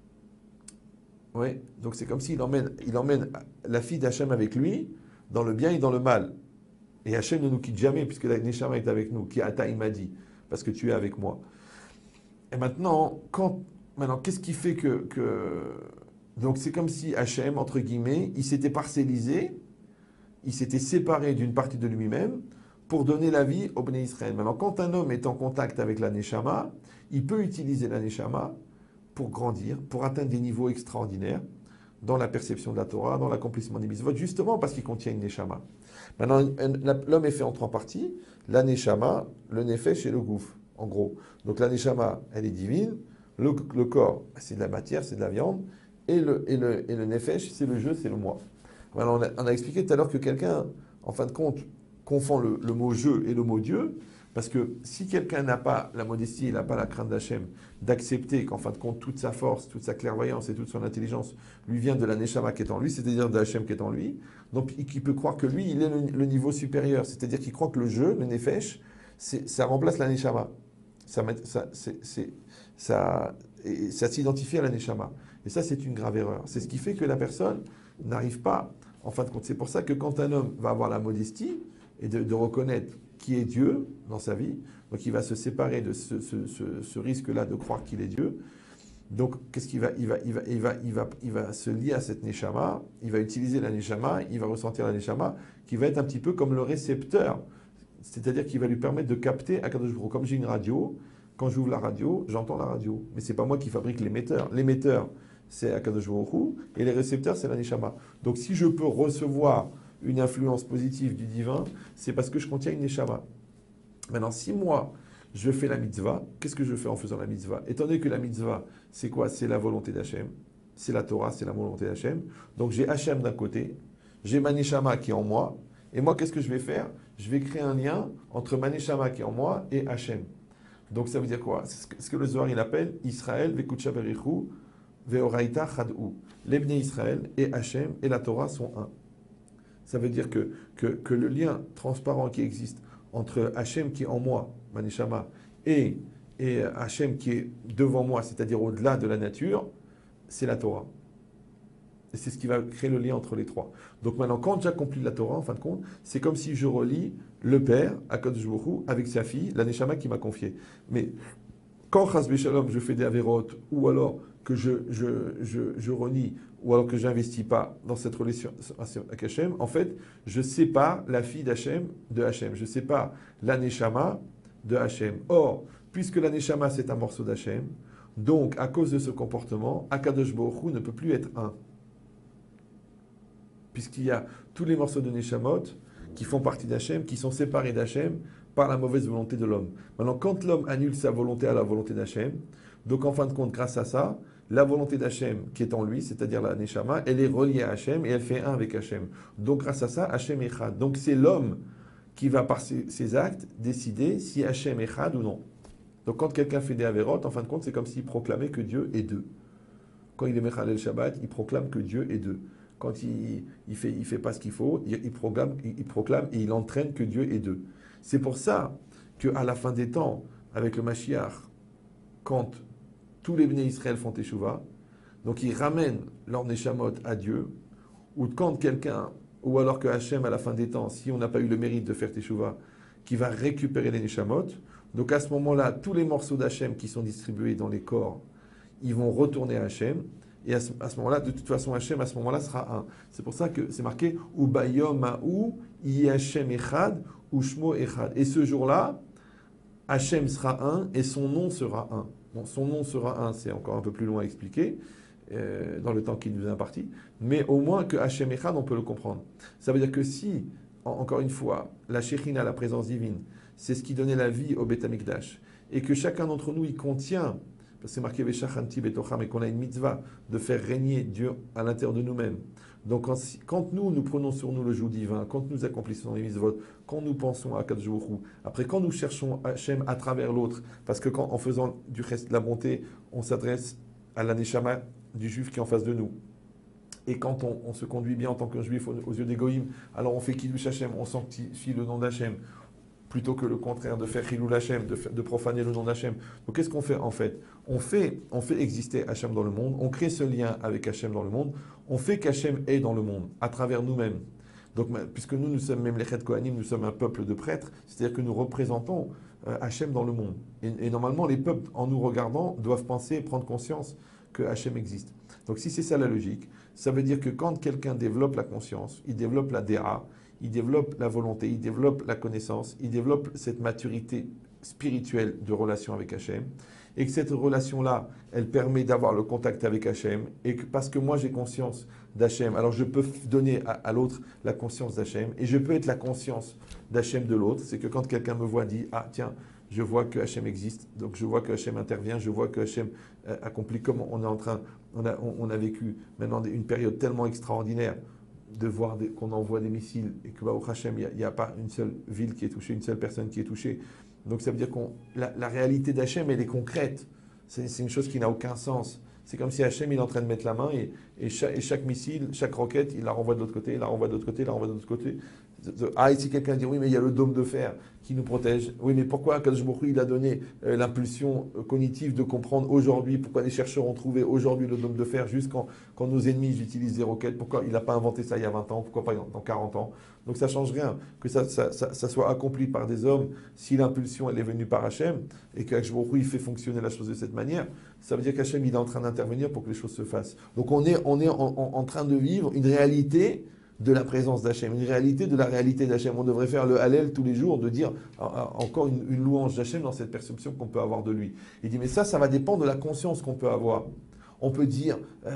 Oui, donc c'est comme s'il emmène la fille d'Hachem avec lui, dans le bien et dans le mal. Et Hachem ne nous quitte jamais, puisque la Neshama est avec nous, qui Ata il m'a dit, parce que tu es avec moi. Et maintenant, qu'est-ce qui fait que... Donc c'est comme si Hachem, entre guillemets, il s'était parcellisé, il s'était séparé d'une partie de lui-même pour donner la vie au Bnei Israël. Maintenant, quand un homme est en contact avec la Neshama, il peut utiliser la Neshama pour grandir, pour atteindre des niveaux extraordinaires dans la perception de la Torah, dans l'accomplissement des mitzvot, justement parce qu'il contient une Neshama. Maintenant, l'homme est fait en 3 parties, la Neshama, le Nefesh et le Gouf, en gros. Donc la Neshama, elle est divine, le corps, c'est de la matière, c'est de la viande, et le Nefesh, c'est le jeu, c'est le moi. Alors, on a expliqué tout à l'heure que quelqu'un, en fin de compte, confond le mot jeu et le mot Dieu, parce que si quelqu'un n'a pas la modestie, il n'a pas la crainte d'Hachem, d'accepter qu'en fin de compte, toute sa force, toute sa clairvoyance et toute son intelligence lui vient de la Neshama qui est en lui, c'est-à-dire de Hachem qui est en lui, donc il peut croire que lui, il est le niveau supérieur, c'est-à-dire qu'il croit que le jeu, le Nefesh, ça remplace la Neshama. Ça s'identifie à la Neshama. Et ça, c'est une grave erreur. C'est ce qui fait que la personne n'arrive pas, en fin de compte. C'est pour ça que quand un homme va avoir la modestie et de reconnaître qui est Dieu dans sa vie, donc il va se séparer de ce risque-là de croire qu'il est Dieu. Donc, qu'est-ce qu'il va, il va se lier à cette Neshama, il va utiliser la Neshama, il va ressentir la Neshama, qui va être un petit peu comme le récepteur. C'est-à-dire qu'il va lui permettre de capter Akadosh Baruch Hu. Comme j'ai une radio, quand j'ouvre la radio, j'entends la radio. Mais ce n'est pas moi qui fabrique l'émetteur. L'émetteur, c'est Akadosh Baruch Hu, et les récepteurs, c'est la Neshama. Donc si je peux recevoir une influence positive du divin, c'est parce que je contiens une Neshama. Maintenant, si moi, je fais la mitzvah, qu'est-ce que je fais en faisant la mitzvah? Étant donné que la mitzvah, c'est quoi? C'est la volonté d'Hachem. C'est la Torah, c'est la volonté d'Hachem. Donc j'ai Hachem d'un côté, j'ai ma Neshama qui est en moi, et moi, qu'est-ce que je vais faire? Je vais créer un lien entre ma Neshama qui est en moi et Hachem. Donc ça veut dire quoi? C'est ce que le Zohar il appelle Israël vekutsha berichu veoraita chad'u. L'Ebné Israël et Hachem et la Torah sont un. Ça veut dire que le lien transparent qui existe entre Hachem qui est en moi, ma Neshama, et Hachem qui est devant moi, c'est-à-dire au-delà de la nature, c'est la Torah. Et c'est ce qui va créer le lien entre les trois. Donc maintenant, quand j'accomplis la Torah, en fin de compte, c'est comme si je relie le Père, Akadosh Baruch Hu, avec sa fille, la Neshama qui m'a confié. Mais quand, Chas B'Shalom, je fais des avérotes, ou alors que je renie, ou alors que je n'investis pas dans cette relation avec Hachem, en fait, je sépare la fille d'Hachem de Hachem. Je sépare la Neshama de Hachem. Or, puisque la Neshama, c'est un morceau d'Hachem, donc, à cause de ce comportement, Akadosh Baruch Hu ne peut plus être un. Puisqu'il y a tous les morceaux de Neshamot qui font partie d'Hachem, qui sont séparés d'Hachem par la mauvaise volonté de l'homme. Maintenant, quand l'homme annule sa volonté à la volonté d'Hachem, donc en fin de compte, grâce à ça, la volonté d'Hachem qui est en lui, c'est-à-dire la Neshama, elle est reliée à Hachem et elle fait un avec Hachem. Donc grâce à ça, Hachem est Chad. Donc c'est l'homme qui va par ses actes décider si Hachem est Chad ou non. Donc quand quelqu'un fait des Averot, en fin de compte, c'est comme s'il proclamait que Dieu est deux. Quand il est Mechalel Shabbat, il proclame que Dieu est deux. Quand il fait pas ce qu'il faut, il proclame et il entraîne que Dieu est deux. C'est pour ça qu'à la fin des temps, avec le Mashiach, quand tous les Bnei Israël font Teshuvah, donc ils ramènent leur Neshamot à Dieu, ou quand quelqu'un, ou alors que Hachem à la fin des temps, si on n'a pas eu le mérite de faire Teshuvah, qui va récupérer les Neshamot, donc à ce moment-là, tous les morceaux d'Hachem qui sont distribués dans les corps, ils vont retourner à Hachem. Et à ce moment-là, de toute façon, Hachem, à ce moment-là, sera un. C'est pour ça que c'est marqué Ubayom Ha'u, Hachem Echad, Ushmo Echad. Et ce jour-là, Hachem sera un et son nom sera un. Bon, son nom sera un, c'est encore un peu plus long à expliquer dans le temps qui nous est imparti. Mais au moins que Hachem Echad, on peut le comprendre. Ça veut dire que si, encore une fois, la Shekhinah, la présence divine, c'est ce qui donnait la vie au Beth Amikdash, et que chacun d'entre nous, il contient c'est marqué Veshachanti Betocham, et qu'on a une mitzvah de faire régner Dieu à l'intérieur de nous-mêmes. Donc quand nous prenons sur nous le joug divin, quand nous accomplissons les mitzvot, quand nous pensons à Kadosh Baruch Hu, après quand nous cherchons Hachem à travers l'autre, parce que en faisant du reste de la bonté, on s'adresse à la neshama du juif qui est en face de nous. Et quand on se conduit bien en tant que juif aux yeux des goïms, alors on fait Kiddush Hachem, on sanctifie le nom d'Hachem, plutôt que le contraire de faire Chilul Hachem, de profaner le nom d'Hachem. Donc qu'est-ce qu'on fait en fait on fait exister Hachem dans le monde, on crée ce lien avec Hachem dans le monde, on fait qu'Hachem est dans le monde, à travers nous-mêmes. Donc puisque nous sommes même les Chet Kohanim, nous sommes un peuple de prêtres, c'est-à-dire que nous représentons Hachem dans le monde. Et normalement, les peuples, en nous regardant, doivent penser et prendre conscience que Hachem existe. Donc si c'est ça la logique, ça veut dire que quand quelqu'un développe la conscience, il développe la déra, il développe la volonté, il développe la connaissance, il développe cette maturité spirituelle de relation avec Hachem, et que cette relation-là, elle permet d'avoir le contact avec Hachem, et que parce que moi j'ai conscience d'Hachem, alors je peux donner à l'autre la conscience d'Hachem, et je peux être la conscience d'Hachem de l'autre. C'est que quand quelqu'un me voit, dit « Ah tiens, je vois que Hachem existe, donc je vois que Hachem intervient, je vois que Hachem accomplit, comme on est en train, on a vécu maintenant une période tellement extraordinaire, de voir qu'on envoie des missiles et que au Hachem, il n'y a pas une seule ville qui est touchée, une seule personne qui est touchée. Donc ça veut dire que la réalité d'Hachem, elle est concrète. C'est une chose qui n'a aucun sens. C'est comme si Hachem, il est en train de mettre la main et chaque missile, chaque roquette, il la renvoie de l'autre côté, il la renvoie de l'autre côté, il la renvoie de l'autre côté. Ah, ici quelqu'un dit, oui, mais il y a le dôme de fer qui nous protège. Oui, mais pourquoi Kadosh Baruch Hu, il a donné l'impulsion cognitive de comprendre aujourd'hui, pourquoi les chercheurs ont trouvé aujourd'hui le dôme de fer, juste quand nos ennemis utilisent des roquettes, pourquoi il n'a pas inventé ça il y a 20 ans, pourquoi pas dans 40 ans. Donc ça ne change rien, que ça soit accompli par des hommes, si l'impulsion elle est venue par Hachem, et que Kadosh Baruch Hu, il fait fonctionner la chose de cette manière, ça veut dire qu'Hachem, il est en train d'intervenir pour que les choses se fassent. Donc on est en train de vivre une réalité de la présence d'Hachem, une réalité de la réalité d'Hachem. On devrait faire le Hallel tous les jours, de dire encore une louange d'Hachem dans cette perception qu'on peut avoir de lui. Il dit, mais ça va dépendre de la conscience qu'on peut avoir. On peut dire,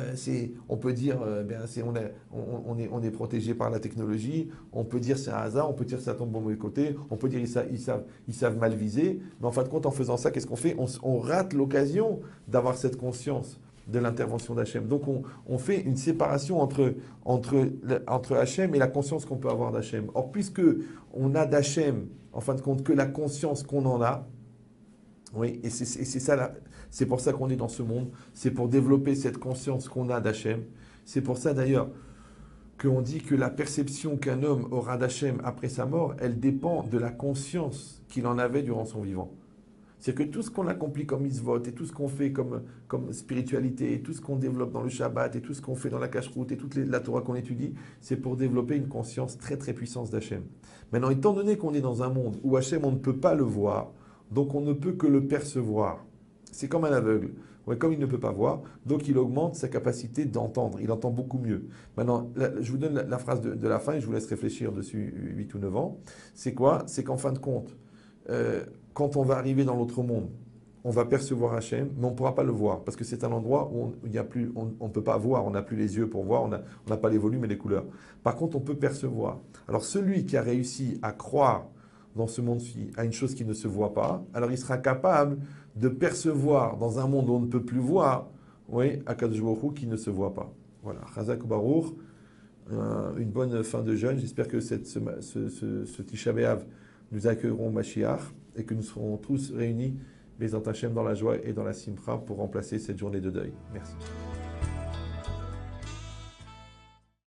on est protégé par la technologie, on peut dire c'est un hasard, on peut dire ça tombe au mauvais côté, on peut dire ils savent mal viser, mais en fin de compte, en faisant ça, qu'est-ce qu'on fait ? On rate l'occasion d'avoir cette conscience de l'intervention d'Hachem. Donc on fait une séparation entre Hachem et la conscience qu'on peut avoir d'Hachem. Or, puisque on a d'Hachem, en fin de compte, que la conscience qu'on en a, oui, et c'est ça, c'est pour ça qu'on est dans ce monde, c'est pour développer cette conscience qu'on a d'Hachem. C'est pour ça d'ailleurs qu'on dit que la perception qu'un homme aura d'Hachem après sa mort, elle dépend de la conscience qu'il en avait durant son vivant. C'est que tout ce qu'on accomplit comme mitzvot, et tout ce qu'on fait comme spiritualité, et tout ce qu'on développe dans le Shabbat, et tout ce qu'on fait dans la cacheroute, et toute la Torah qu'on étudie, c'est pour développer une conscience très très puissante d'Hachem. Maintenant, étant donné qu'on est dans un monde où Hachem, on ne peut pas le voir, donc on ne peut que le percevoir. C'est comme un aveugle. Ouais, comme il ne peut pas voir, donc il augmente sa capacité d'entendre. Il entend beaucoup mieux. Maintenant, je vous donne la phrase de la fin, et je vous laisse réfléchir dessus 8 ou 9 ans. C'est quoi ? C'est qu'en fin de compte, quand on va arriver dans l'autre monde, on va percevoir Hachem, mais on ne pourra pas le voir, parce que c'est un endroit où on ne peut pas voir, on n'a plus les yeux pour voir, on n'a pas les volumes et les couleurs. Par contre, on peut percevoir. Alors celui qui a réussi à croire dans ce monde-ci à une chose qui ne se voit pas, alors il sera capable de percevoir dans un monde où on ne peut plus voir, oui, Akadosh Baruch Hu qui ne se voit pas. Voilà, Chazak Baruch, une bonne fin de jeûne. J'espère que ce Tisha B'Av, nous accueillerons Mashiach et que nous serons tous réunis, Bezat Hashem, dans la joie et dans la simcha pour remplacer cette journée de deuil. Merci.